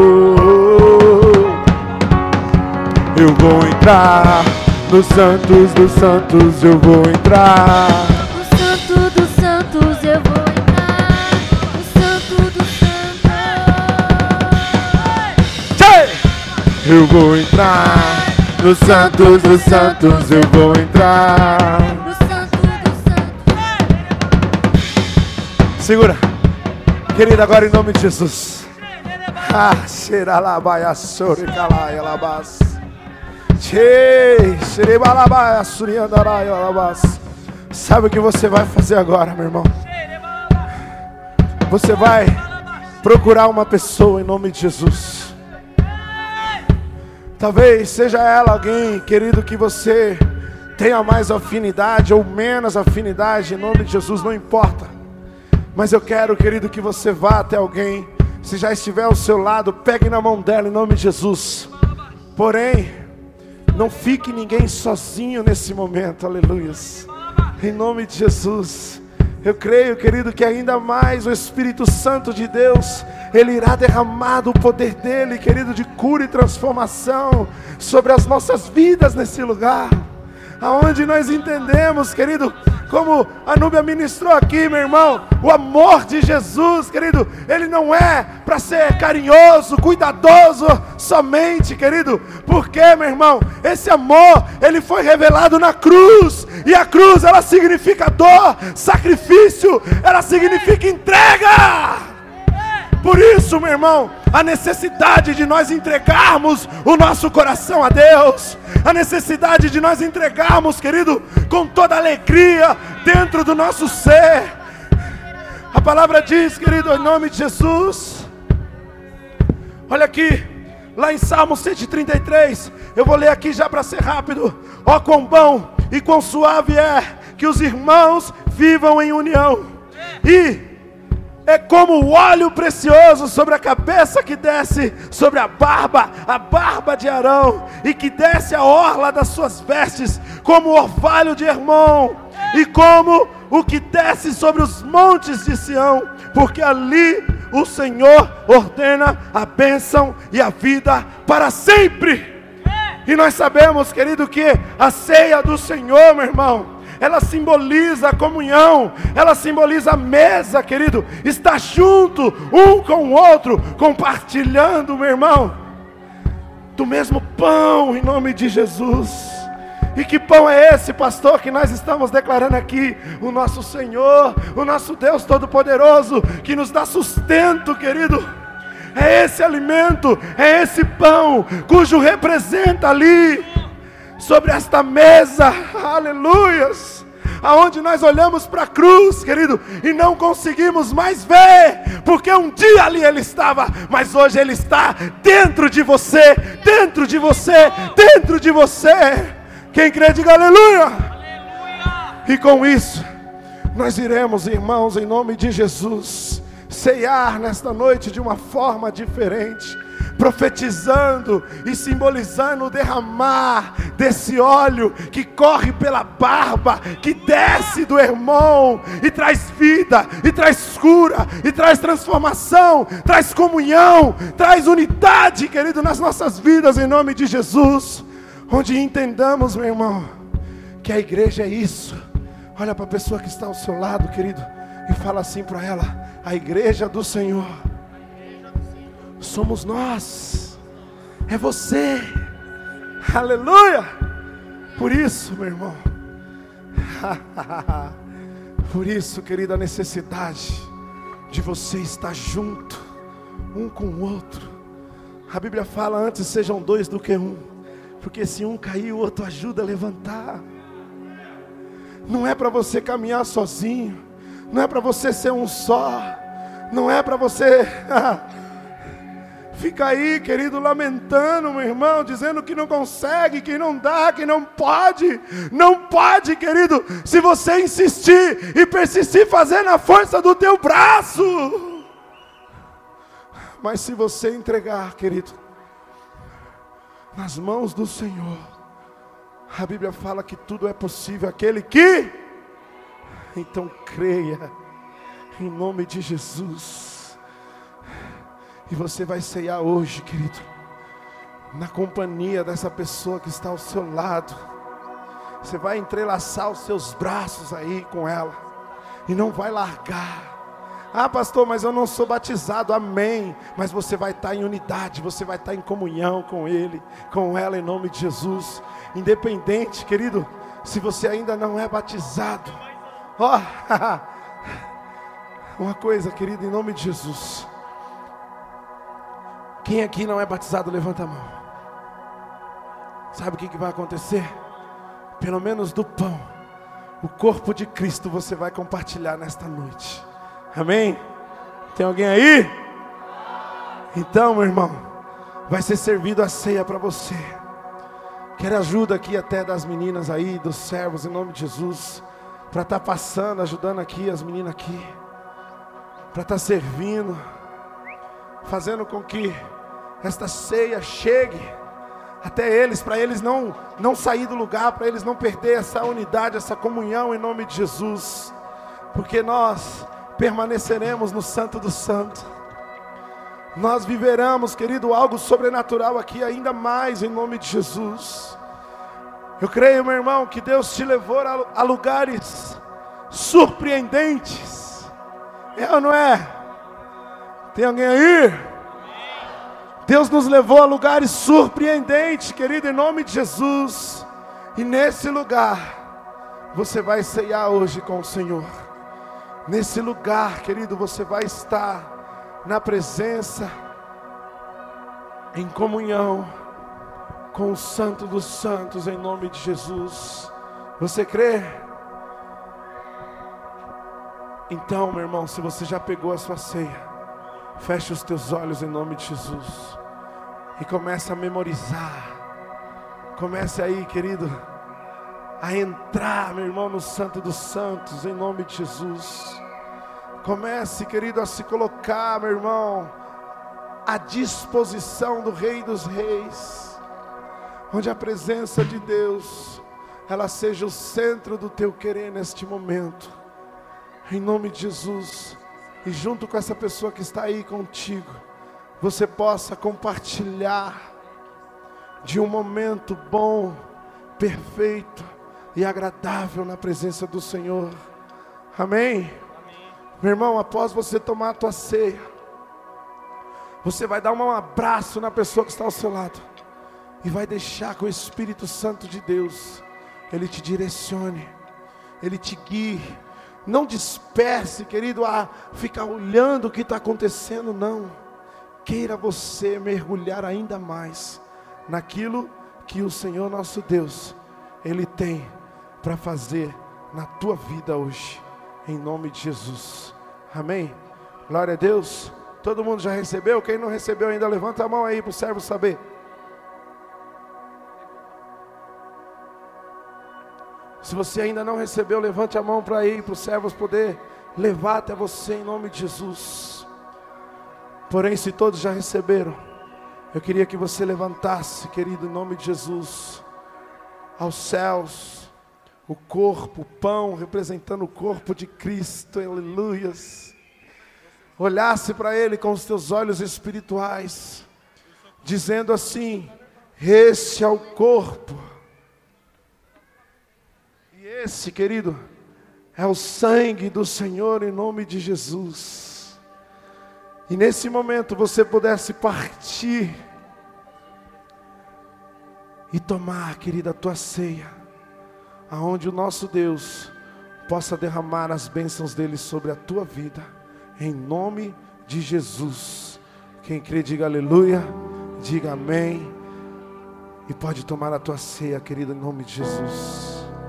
Eu vou entrar nos santos dos santos, eu vou entrar no santo dos santos, eu vou entrar no santo dos santos. Eu vou entrar nos santos dos santos, eu vou entrar no santo dos santos. Segura, querida, agora em nome de Jesus. Xeralabaia soricalaia labas. Sabe o que você vai fazer agora, meu irmão? Você vai procurar uma pessoa em nome de Jesus. Talvez seja ela alguém, querido, que você tenha mais afinidade ou menos afinidade, em nome de Jesus, não importa. Mas eu quero, querido, que você vá até alguém. Se já estiver ao seu lado, pegue na mão dela em nome de Jesus. Porém, não fique ninguém sozinho nesse momento, aleluias. Em nome de Jesus. Eu creio, querido, que ainda mais o Espírito Santo de Deus, Ele irá derramar do poder dEle, querido, de cura e transformação sobre as nossas vidas nesse lugar. Aonde nós entendemos, querido, como a Núbia ministrou aqui, meu irmão, o amor de Jesus, querido, Ele não é para ser carinhoso, cuidadoso somente, querido, porque, meu irmão, esse amor, Ele foi revelado na cruz, e a cruz, ela significa dor, sacrifício, ela significa entrega. Por isso, meu irmão, a necessidade de nós entregarmos o nosso coração a Deus, a necessidade de nós entregarmos, querido, com toda alegria dentro do nosso ser. A palavra diz, querido, em nome de Jesus, olha aqui, lá em Salmo 133, eu vou ler aqui já para ser rápido. Ó, quão bom e quão suave é que os irmãos vivam em união, e é como o óleo precioso sobre a cabeça que desce sobre a barba de Arão, e que desce a orla das suas vestes, como o orvalho de Hermon, e como o que desce sobre os montes de Sião, porque ali o Senhor ordena a bênção e a vida para sempre. E nós sabemos, querido, que a ceia do Senhor, meu irmão, ela simboliza a comunhão, ela simboliza a mesa, querido, estar junto um com o outro, compartilhando, meu irmão, do mesmo pão, em nome de Jesus. E que pão é esse, pastor, que nós estamos declarando aqui? O nosso Senhor, o nosso Deus Todo-Poderoso, que nos dá sustento, querido. É esse alimento, é esse pão, cujo representa ali, sobre esta mesa, aleluias, aonde nós olhamos para a cruz, querido, e não conseguimos mais ver, porque um dia ali Ele estava, mas hoje Ele está dentro de você, dentro de você, dentro de você. Quem crê, diga aleluia. E com isso, nós iremos, irmãos, em nome de Jesus, ceiar nesta noite de uma forma diferente, profetizando e simbolizando o derramar desse óleo que corre pela barba, que desce do irmão e traz vida, e traz cura, e traz transformação, traz comunhão, traz unidade, querido, nas nossas vidas, em nome de Jesus. Onde entendamos, meu irmão, que a igreja é isso. Olha para a pessoa que está ao seu lado, querido, e fala assim para ela: a igreja do Senhor somos nós, é você, aleluia. Por isso, meu irmão, por isso, querida, a necessidade de você estar junto, um com o outro. A Bíblia fala: antes sejam dois do que um, porque se um cair, o outro ajuda a levantar. Não é para você caminhar sozinho, não é para você ser um só, não é para você fica aí, querido, lamentando, meu irmão, dizendo que não consegue, que não dá, que não pode. Não pode, querido, se você insistir e persistir fazer na força do teu braço. Mas se você entregar, querido, nas mãos do Senhor, a Bíblia fala que tudo é possível aquele que, então creia, em nome de Jesus. E você vai ceiar hoje, querido, na companhia dessa pessoa que está ao seu lado. Você vai entrelaçar os seus braços aí com ela, e não vai largar. Ah, pastor, mas eu não sou batizado. Amém. Mas você vai estar em unidade, você vai estar em comunhão com ele, com ela, em nome de Jesus. Independente, querido, se você ainda não é batizado. Ó, uma coisa, querido, em nome de Jesus. Quem aqui não é batizado, levanta a mão. Sabe o que vai acontecer? Pelo menos do pão, o corpo de Cristo você vai compartilhar nesta noite. Amém? Tem alguém aí? Então, meu irmão, vai ser servido a ceia para você. Quero ajuda aqui até das meninas aí, dos servos, em nome de Jesus, para estar passando, ajudando aqui as meninas aqui, para estar servindo, fazendo com que esta ceia chegue até eles, para eles não sair do lugar, para eles não perder essa unidade, essa comunhão, em nome de Jesus, porque nós permaneceremos no Santo do Santo. Nós viveremos, querido, algo sobrenatural aqui ainda mais, em nome de Jesus. Eu creio, meu irmão, que Deus te levou a lugares surpreendentes. É ou não é? Tem alguém aí? Deus nos levou a lugares surpreendentes, querido, em nome de Jesus. E nesse lugar você vai ceiar hoje com o Senhor. Nesse lugar, querido, você vai estar na presença, em comunhão com o Santo dos Santos, em nome de Jesus. Você crê? Então, meu irmão, se você já pegou a sua ceia, feche os teus olhos em nome de Jesus e comece a memorizar. Comece aí, querido, a entrar, meu irmão, no Santo dos Santos, em nome de Jesus. Comece, querido, a se colocar, meu irmão, à disposição do Rei dos Reis, onde a presença de Deus, ela seja o centro do teu querer neste momento, em nome de Jesus. e junto com essa pessoa que está aí contigo, você possa compartilhar de um momento bom, perfeito e agradável na presença do Senhor. Amém? Meu irmão, após você tomar a tua ceia, você vai dar um abraço na pessoa que está ao seu lado e vai deixar que o Espírito Santo de Deus, Ele te direcione, Ele te guie. Não disperse, querido, a ficar olhando o que está acontecendo, não. Queira você mergulhar ainda mais naquilo que o Senhor nosso Deus, Ele tem para fazer na tua vida hoje, em nome de Jesus. Amém? Glória a Deus. Todo mundo já recebeu? Quem não recebeu ainda, levanta a mão aí para o servo saber. Se você ainda não recebeu, levante a mão para ir para os servos poder levar até você em nome de Jesus. Porém, se todos já receberam, eu queria que você levantasse, querido, em nome de Jesus, aos céus, o corpo, o pão, representando o corpo de Cristo, aleluias. Olhasse para Ele com os teus olhos espirituais, dizendo assim: este é o corpo. E esse, querido, é o sangue do Senhor em nome de Jesus. E nesse momento você pudesse partir e tomar, querida, a tua ceia, aonde o nosso Deus possa derramar as bênçãos dele sobre a tua vida, em nome de Jesus. Quem crê, diga aleluia, diga amém, e pode tomar a tua ceia, querida, em nome de Jesus.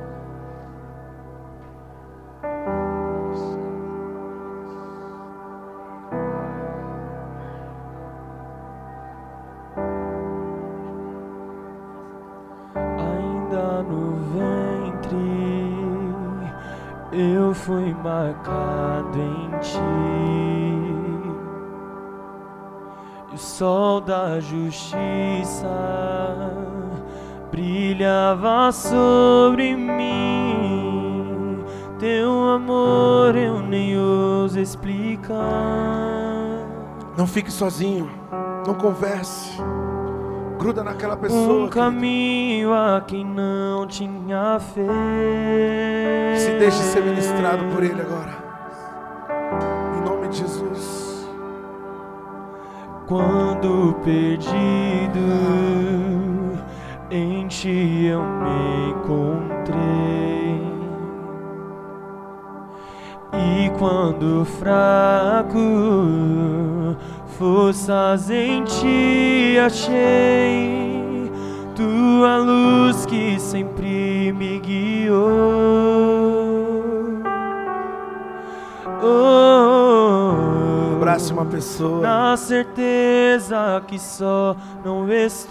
Fui marcado em ti, e o sol da justiça brilhava sobre mim. Teu amor eu nem ouso explicar. Não fique sozinho, não converse. Gruda naquela pessoa. Um caminho a quem não tinha fé. Se deixe ser ministrado por Ele agora, em nome de Jesus. Quando perdido, em ti eu me encontrei. E quando fraco, forças em ti achei. Tua luz que sempre me guiou. Abrace uma pessoa. Na certeza que só não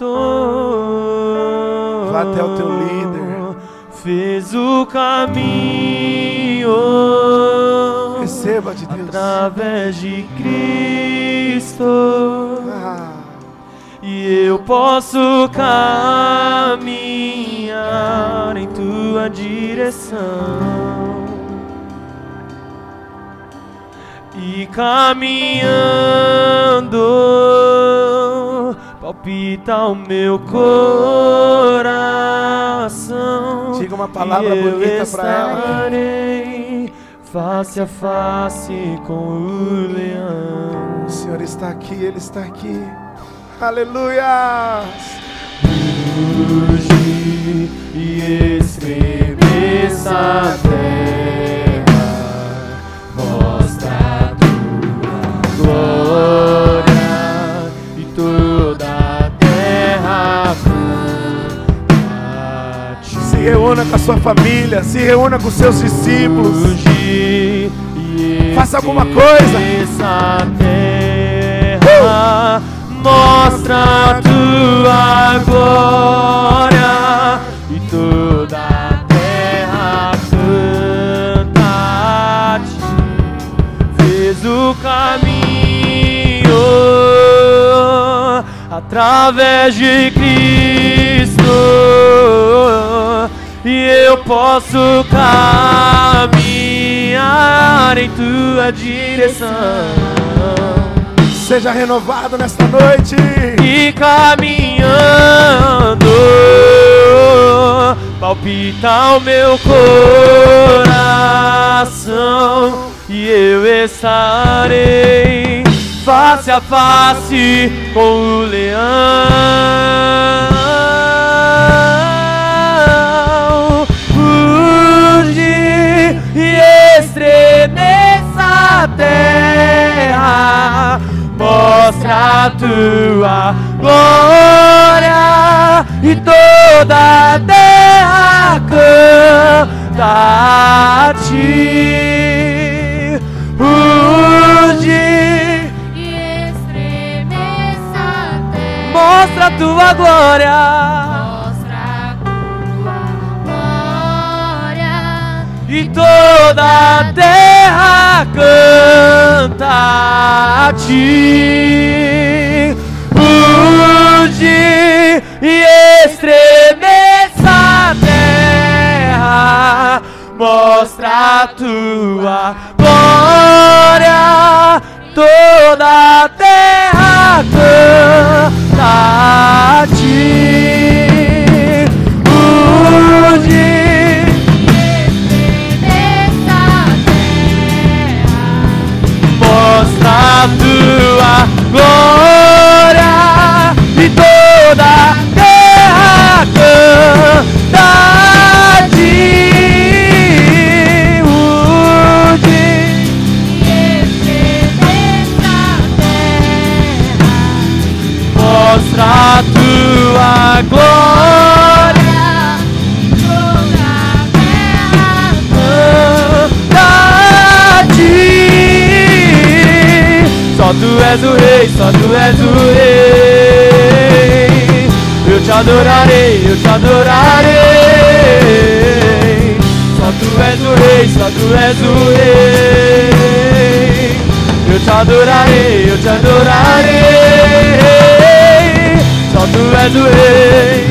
estou. Vá até o teu líder. Fez o caminho. Receba de Deus. Através de Cristo. E eu posso caminhar em tua direção. E caminhando, palpita o meu coração. Diga uma palavra bonita para ela. Face a face com o leão. O Senhor está aqui, Ele está aqui. Aleluia! Ruge e estremeça a terra, mostra a tua glória, e toda a terra canta. Se reúna com a sua família, se reúna com seus discípulos. Ruge e faça alguma coisa. A terra, mostra a tua glória, e toda a terra canta a ti. Fez o caminho através de Cristo, e eu posso caminhar em tua direção. Seja renovado nesta noite. E caminhando, palpita o meu coração, e eu estarei face a face com o leão. Urge e estremeça a terra, mostra a tua glória, e toda a terra canta a ti. Urge e estremeça a terra, mostra a tua glória, mostra a tua glória, e toda a terra canta a ti. Urge e estremeça a terra, mostra a tua glória, toda a terra canta a ti. Urge mostra a tua glória, e toda a terra canta a ti. Urge e estremeça a terra, mostra a tua glória, toda a terra canta a ti. Só tu és o rei, só tu és o rei. Eu te adorarei, eu te adorarei. Só tu és o rei, só tu és o rei. Eu te adorarei, eu te adorarei. Só tu és o rei.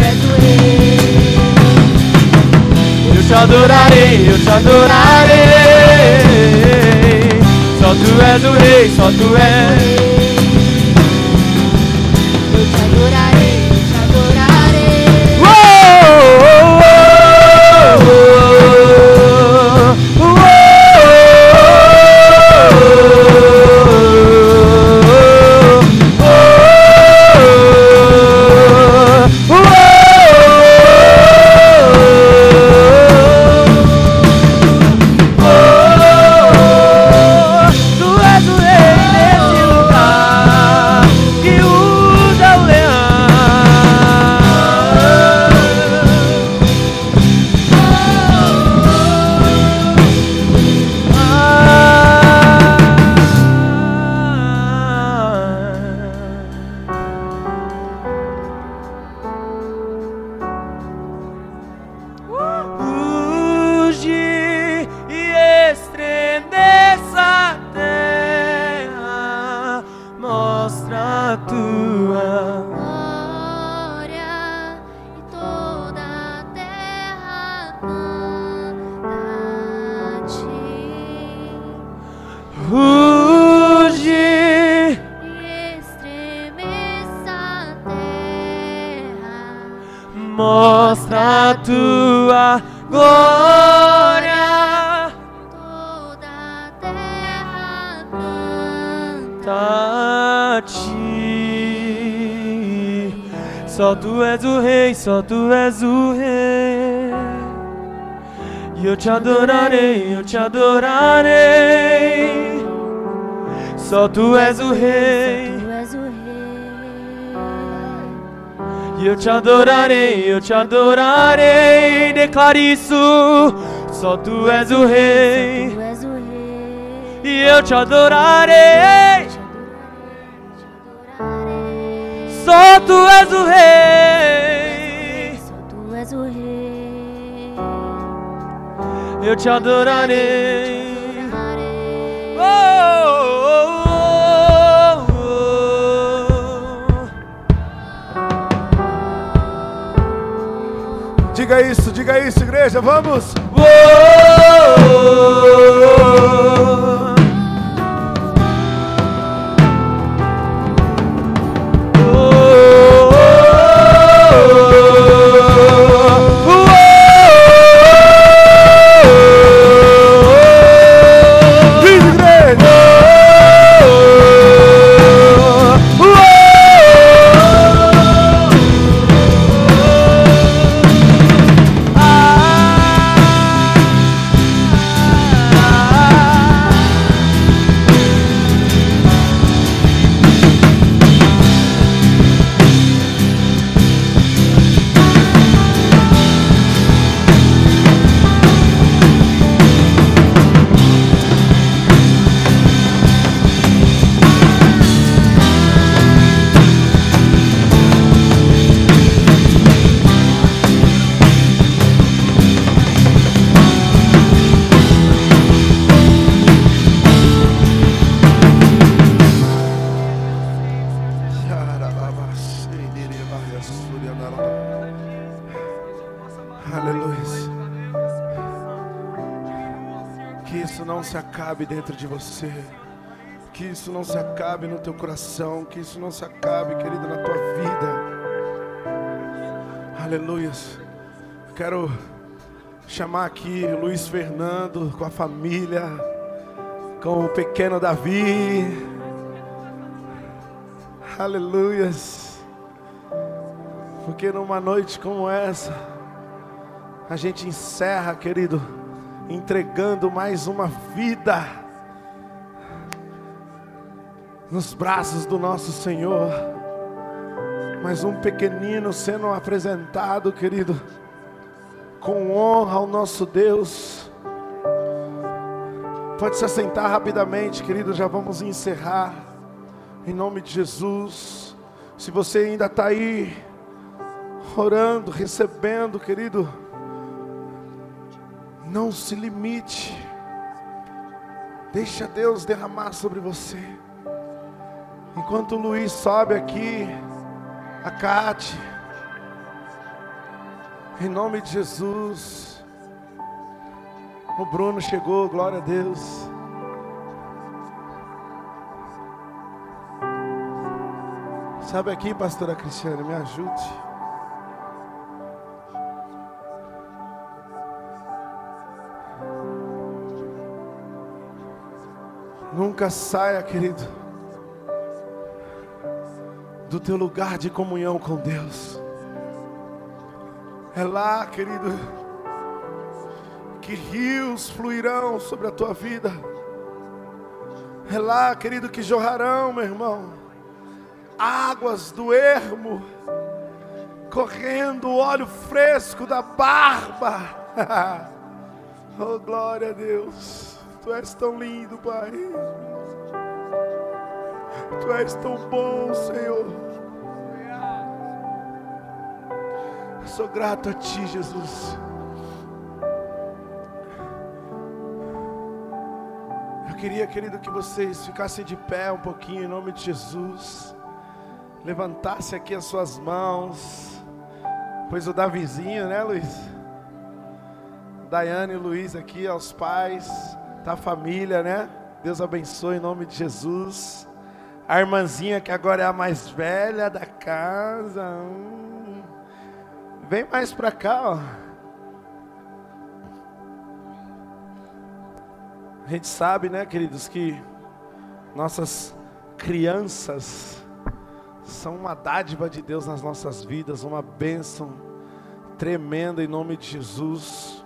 Eu te adorarei, eu te adorarei. Só tu és o rei, só tu és. eu te adorarei, eu te adorarei. mostra a tua glória. Toda a terra canta. A ti. Só tu és o rei, só tu és o rei. E eu te adorarei, eu te adorarei. Só tu és o rei. Tu és o rei. E eu te adorarei, eu te adorarei. Declare isso. Só tu és o rei. Tu és o rei. E eu te adorarei. Só tu és o rei. Só tu és o rei. Eu te adorarei. Oh, oh, oh, oh. Diga isso, igreja, vamos! Dentro de você, que isso não se acabe no teu coração, que isso não se acabe, querido, na tua vida. Aleluias. Quero chamar aqui o Luiz Fernando com a família, com o pequeno Davi. Aleluias. Porque numa noite como essa, a gente encerra, querido, entregando mais uma vida nos braços do nosso Senhor. Mais um pequenino sendo apresentado, querido, com honra ao nosso Deus. Pode se assentar rapidamente, querido, já vamos encerrar, em nome de Jesus. Se você ainda está aí, orando, recebendo, querido, não se limite, deixa Deus derramar sobre você. Enquanto o Luiz sobe aqui, a Cátia, em nome de Jesus. O Bruno chegou, glória a Deus. Sabe aqui, pastora Cristiane, me ajude. Nunca saia, querido, do teu lugar de comunhão com Deus. É lá, querido, que rios fluirão sobre a tua vida. É lá, querido, que jorrarão, meu irmão, águas do ermo, correndo o óleo fresco da barba. Oh, glória a Deus. Tu és tão lindo, Pai. Tu és tão bom, Senhor. Eu sou grato a Ti, Jesus. Eu queria, querido, que vocês ficassem de pé um pouquinho, em nome de Jesus. Levantasse aqui as suas mãos. Pois o Davizinho, né, Luiz? Daiane e Luiz aqui, aos pais da família, né? Deus abençoe em nome de Jesus. A irmãzinha que agora é a mais velha da casa. Vem mais pra cá, ó. A gente sabe, né, queridos, que nossas crianças são uma dádiva de Deus nas nossas vidas, uma bênção tremenda em nome de Jesus.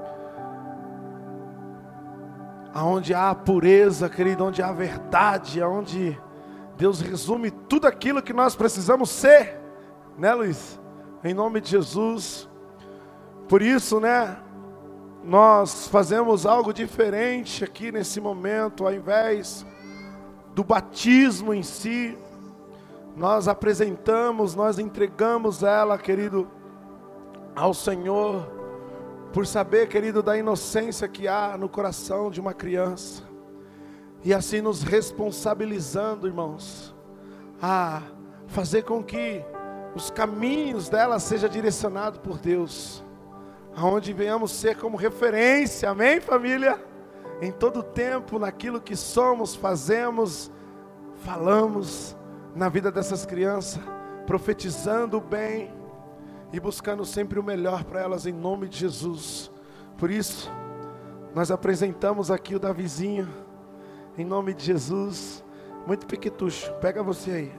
Aonde há pureza, querido, onde há verdade, aonde Deus resume tudo aquilo que nós precisamos ser, né, Luiz? Em nome de Jesus. Por isso, né, nós fazemos algo diferente aqui nesse momento. Ao invés do batismo em si, nós apresentamos, nós entregamos ela, querido, ao Senhor. Por saber, querido, da inocência que há no coração de uma criança. E assim nos responsabilizando, irmãos, a fazer com que os caminhos dela sejam direcionados por Deus. aonde venhamos ser como referência, amém, família? Em todo tempo, naquilo que somos, fazemos, falamos na vida dessas crianças, profetizando o bem e buscando sempre o melhor para elas em nome de Jesus. Por isso, nós apresentamos aqui o Davizinho, em nome de Jesus, muito piquetucho, pega você aí.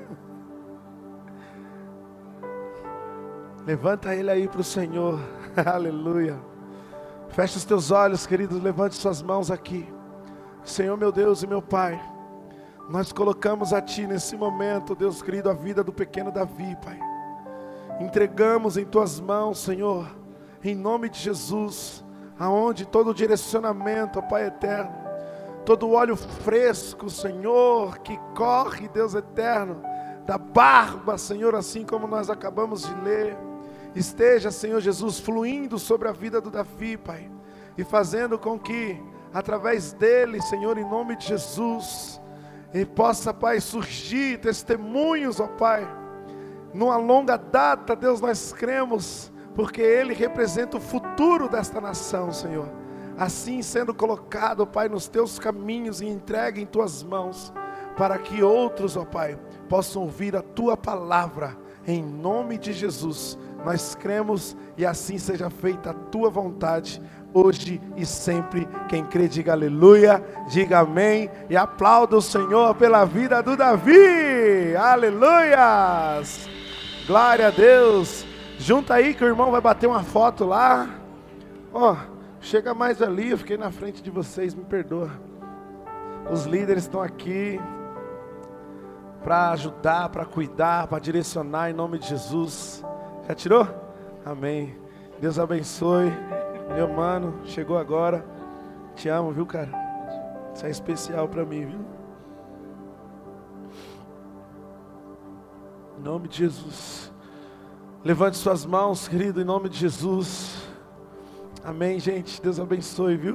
Levanta ele aí para o Senhor, aleluia. Feche os teus olhos, queridos, levante suas mãos aqui. Senhor, meu Deus e meu Pai, nós colocamos a Ti nesse momento, Deus querido, a vida do pequeno Davi, Pai. Entregamos em Tuas mãos, Senhor, em nome de Jesus, aonde todo o direcionamento, ó Pai eterno, todo o óleo fresco, Senhor, que corre, Deus eterno, da barba, Senhor, assim como nós acabamos de ler, esteja, Senhor Jesus, fluindo sobre a vida do Davi, Pai, e fazendo com que, através dele, Senhor, em nome de Jesus, e possa, Pai, surgir testemunhos, ó Pai, numa longa data, Deus, nós cremos, porque ele representa o futuro desta nação, Senhor, assim sendo colocado, Pai, nos teus caminhos e entregue em tuas mãos, para que outros, ó Pai, possam ouvir a tua palavra, em nome de Jesus. Nós cremos e assim seja feita a tua vontade, hoje e sempre. Quem crê diga aleluia, diga amém e aplauda o Senhor pela vida do Davi, aleluias, glória a Deus. Junta aí que o irmão vai bater uma foto lá, ó, chega mais ali, eu fiquei na frente de vocês, me perdoa. Os líderes estão aqui para ajudar, para cuidar, para direcionar em nome de Jesus. Já tirou? Amém. Deus abençoe. Meu mano, chegou agora. Te amo, viu, cara? Isso é especial para mim, viu? Em nome de Jesus. Levante suas mãos, querido, em nome de Jesus. Amém, gente. Deus abençoe, viu?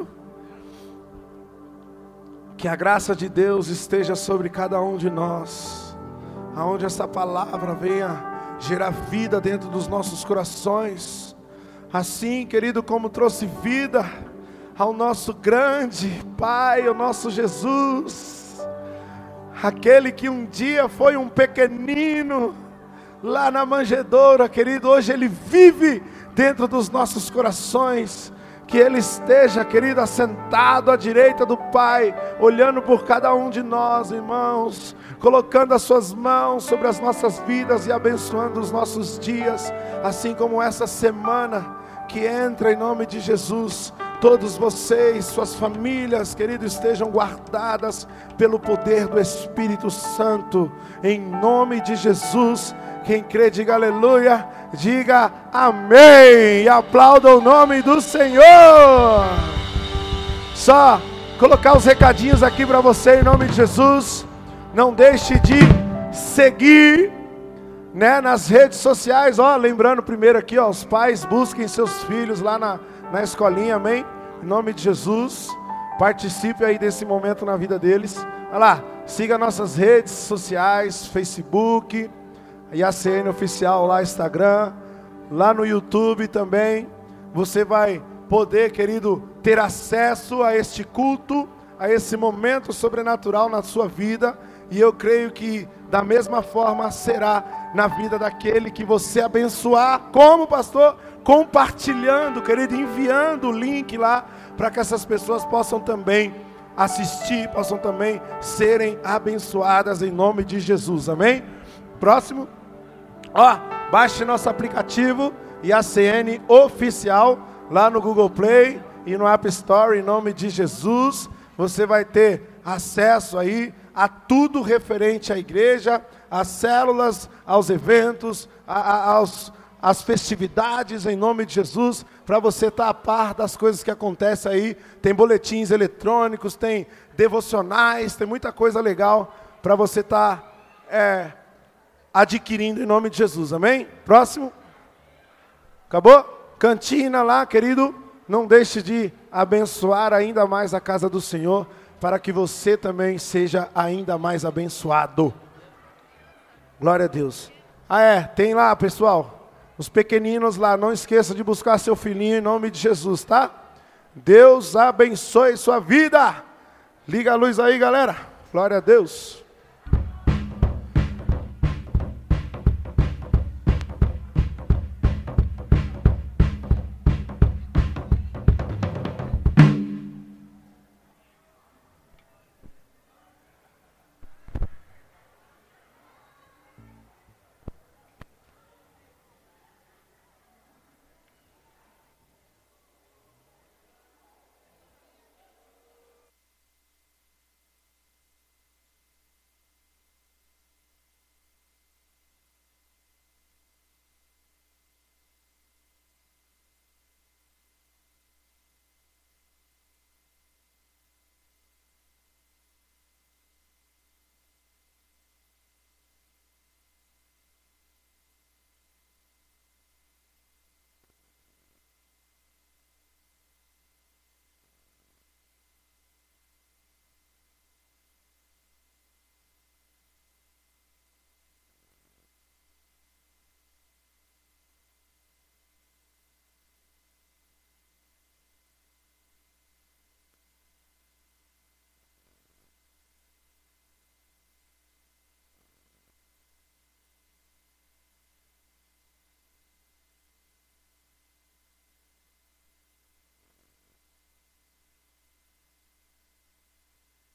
Que a graça de Deus esteja sobre cada um de nós. Aonde essa palavra venha gerar vida dentro dos nossos corações. Assim, querido, como trouxe vida ao nosso grande Pai, ao nosso Jesus. Aquele que um dia foi um pequenino lá na manjedoura, querido, hoje Ele vive dentro dos nossos corações. Que Ele esteja, querido, assentado à direita do Pai, olhando por cada um de nós, irmãos, colocando as suas mãos sobre as nossas vidas e abençoando os nossos dias, assim como essa semana que entra em nome de Jesus. Todos vocês, suas famílias, querido, estejam guardadas pelo poder do Espírito Santo, em nome de Jesus. Quem crê, diga aleluia, diga amém, e aplauda o nome do Senhor. Só colocar os recadinhos aqui para você em nome de Jesus. Não deixe de seguir, né, nas redes sociais, ó, lembrando primeiro aqui, ó, os pais busquem seus filhos lá na escolinha, amém? Em nome de Jesus, participe aí desse momento na vida deles. Olha lá, siga nossas redes sociais, Facebook, IACN Oficial lá, Instagram, lá no YouTube também. Você vai poder, querido, ter acesso a este culto, a esse momento sobrenatural na sua vida. E eu creio que da mesma forma será na vida daquele que você abençoar. Como, pastor? Compartilhando, querido, enviando o link lá, para que essas pessoas possam também assistir, possam também serem abençoadas em nome de Jesus, amém? Próximo, ó, baixe nosso aplicativo IACN Oficial, lá no Google Play e no App Store, em nome de Jesus. Você vai ter acesso aí a tudo referente à igreja, às células, aos eventos, às festividades, em nome de Jesus, para você estar a par das coisas que acontecem aí. Tem boletins eletrônicos, tem devocionais, tem muita coisa legal para você estar adquirindo em nome de Jesus, amém? Próximo. Acabou? Cantina lá, querido, não deixe de abençoar ainda mais a casa do Senhor, para que você também seja ainda mais abençoado. Glória a Deus. Tem lá, pessoal, Os pequeninos lá, não esqueça de buscar seu filhinho em nome de Jesus, tá? Deus abençoe sua vida. Liga a luz aí, galera. Glória a Deus.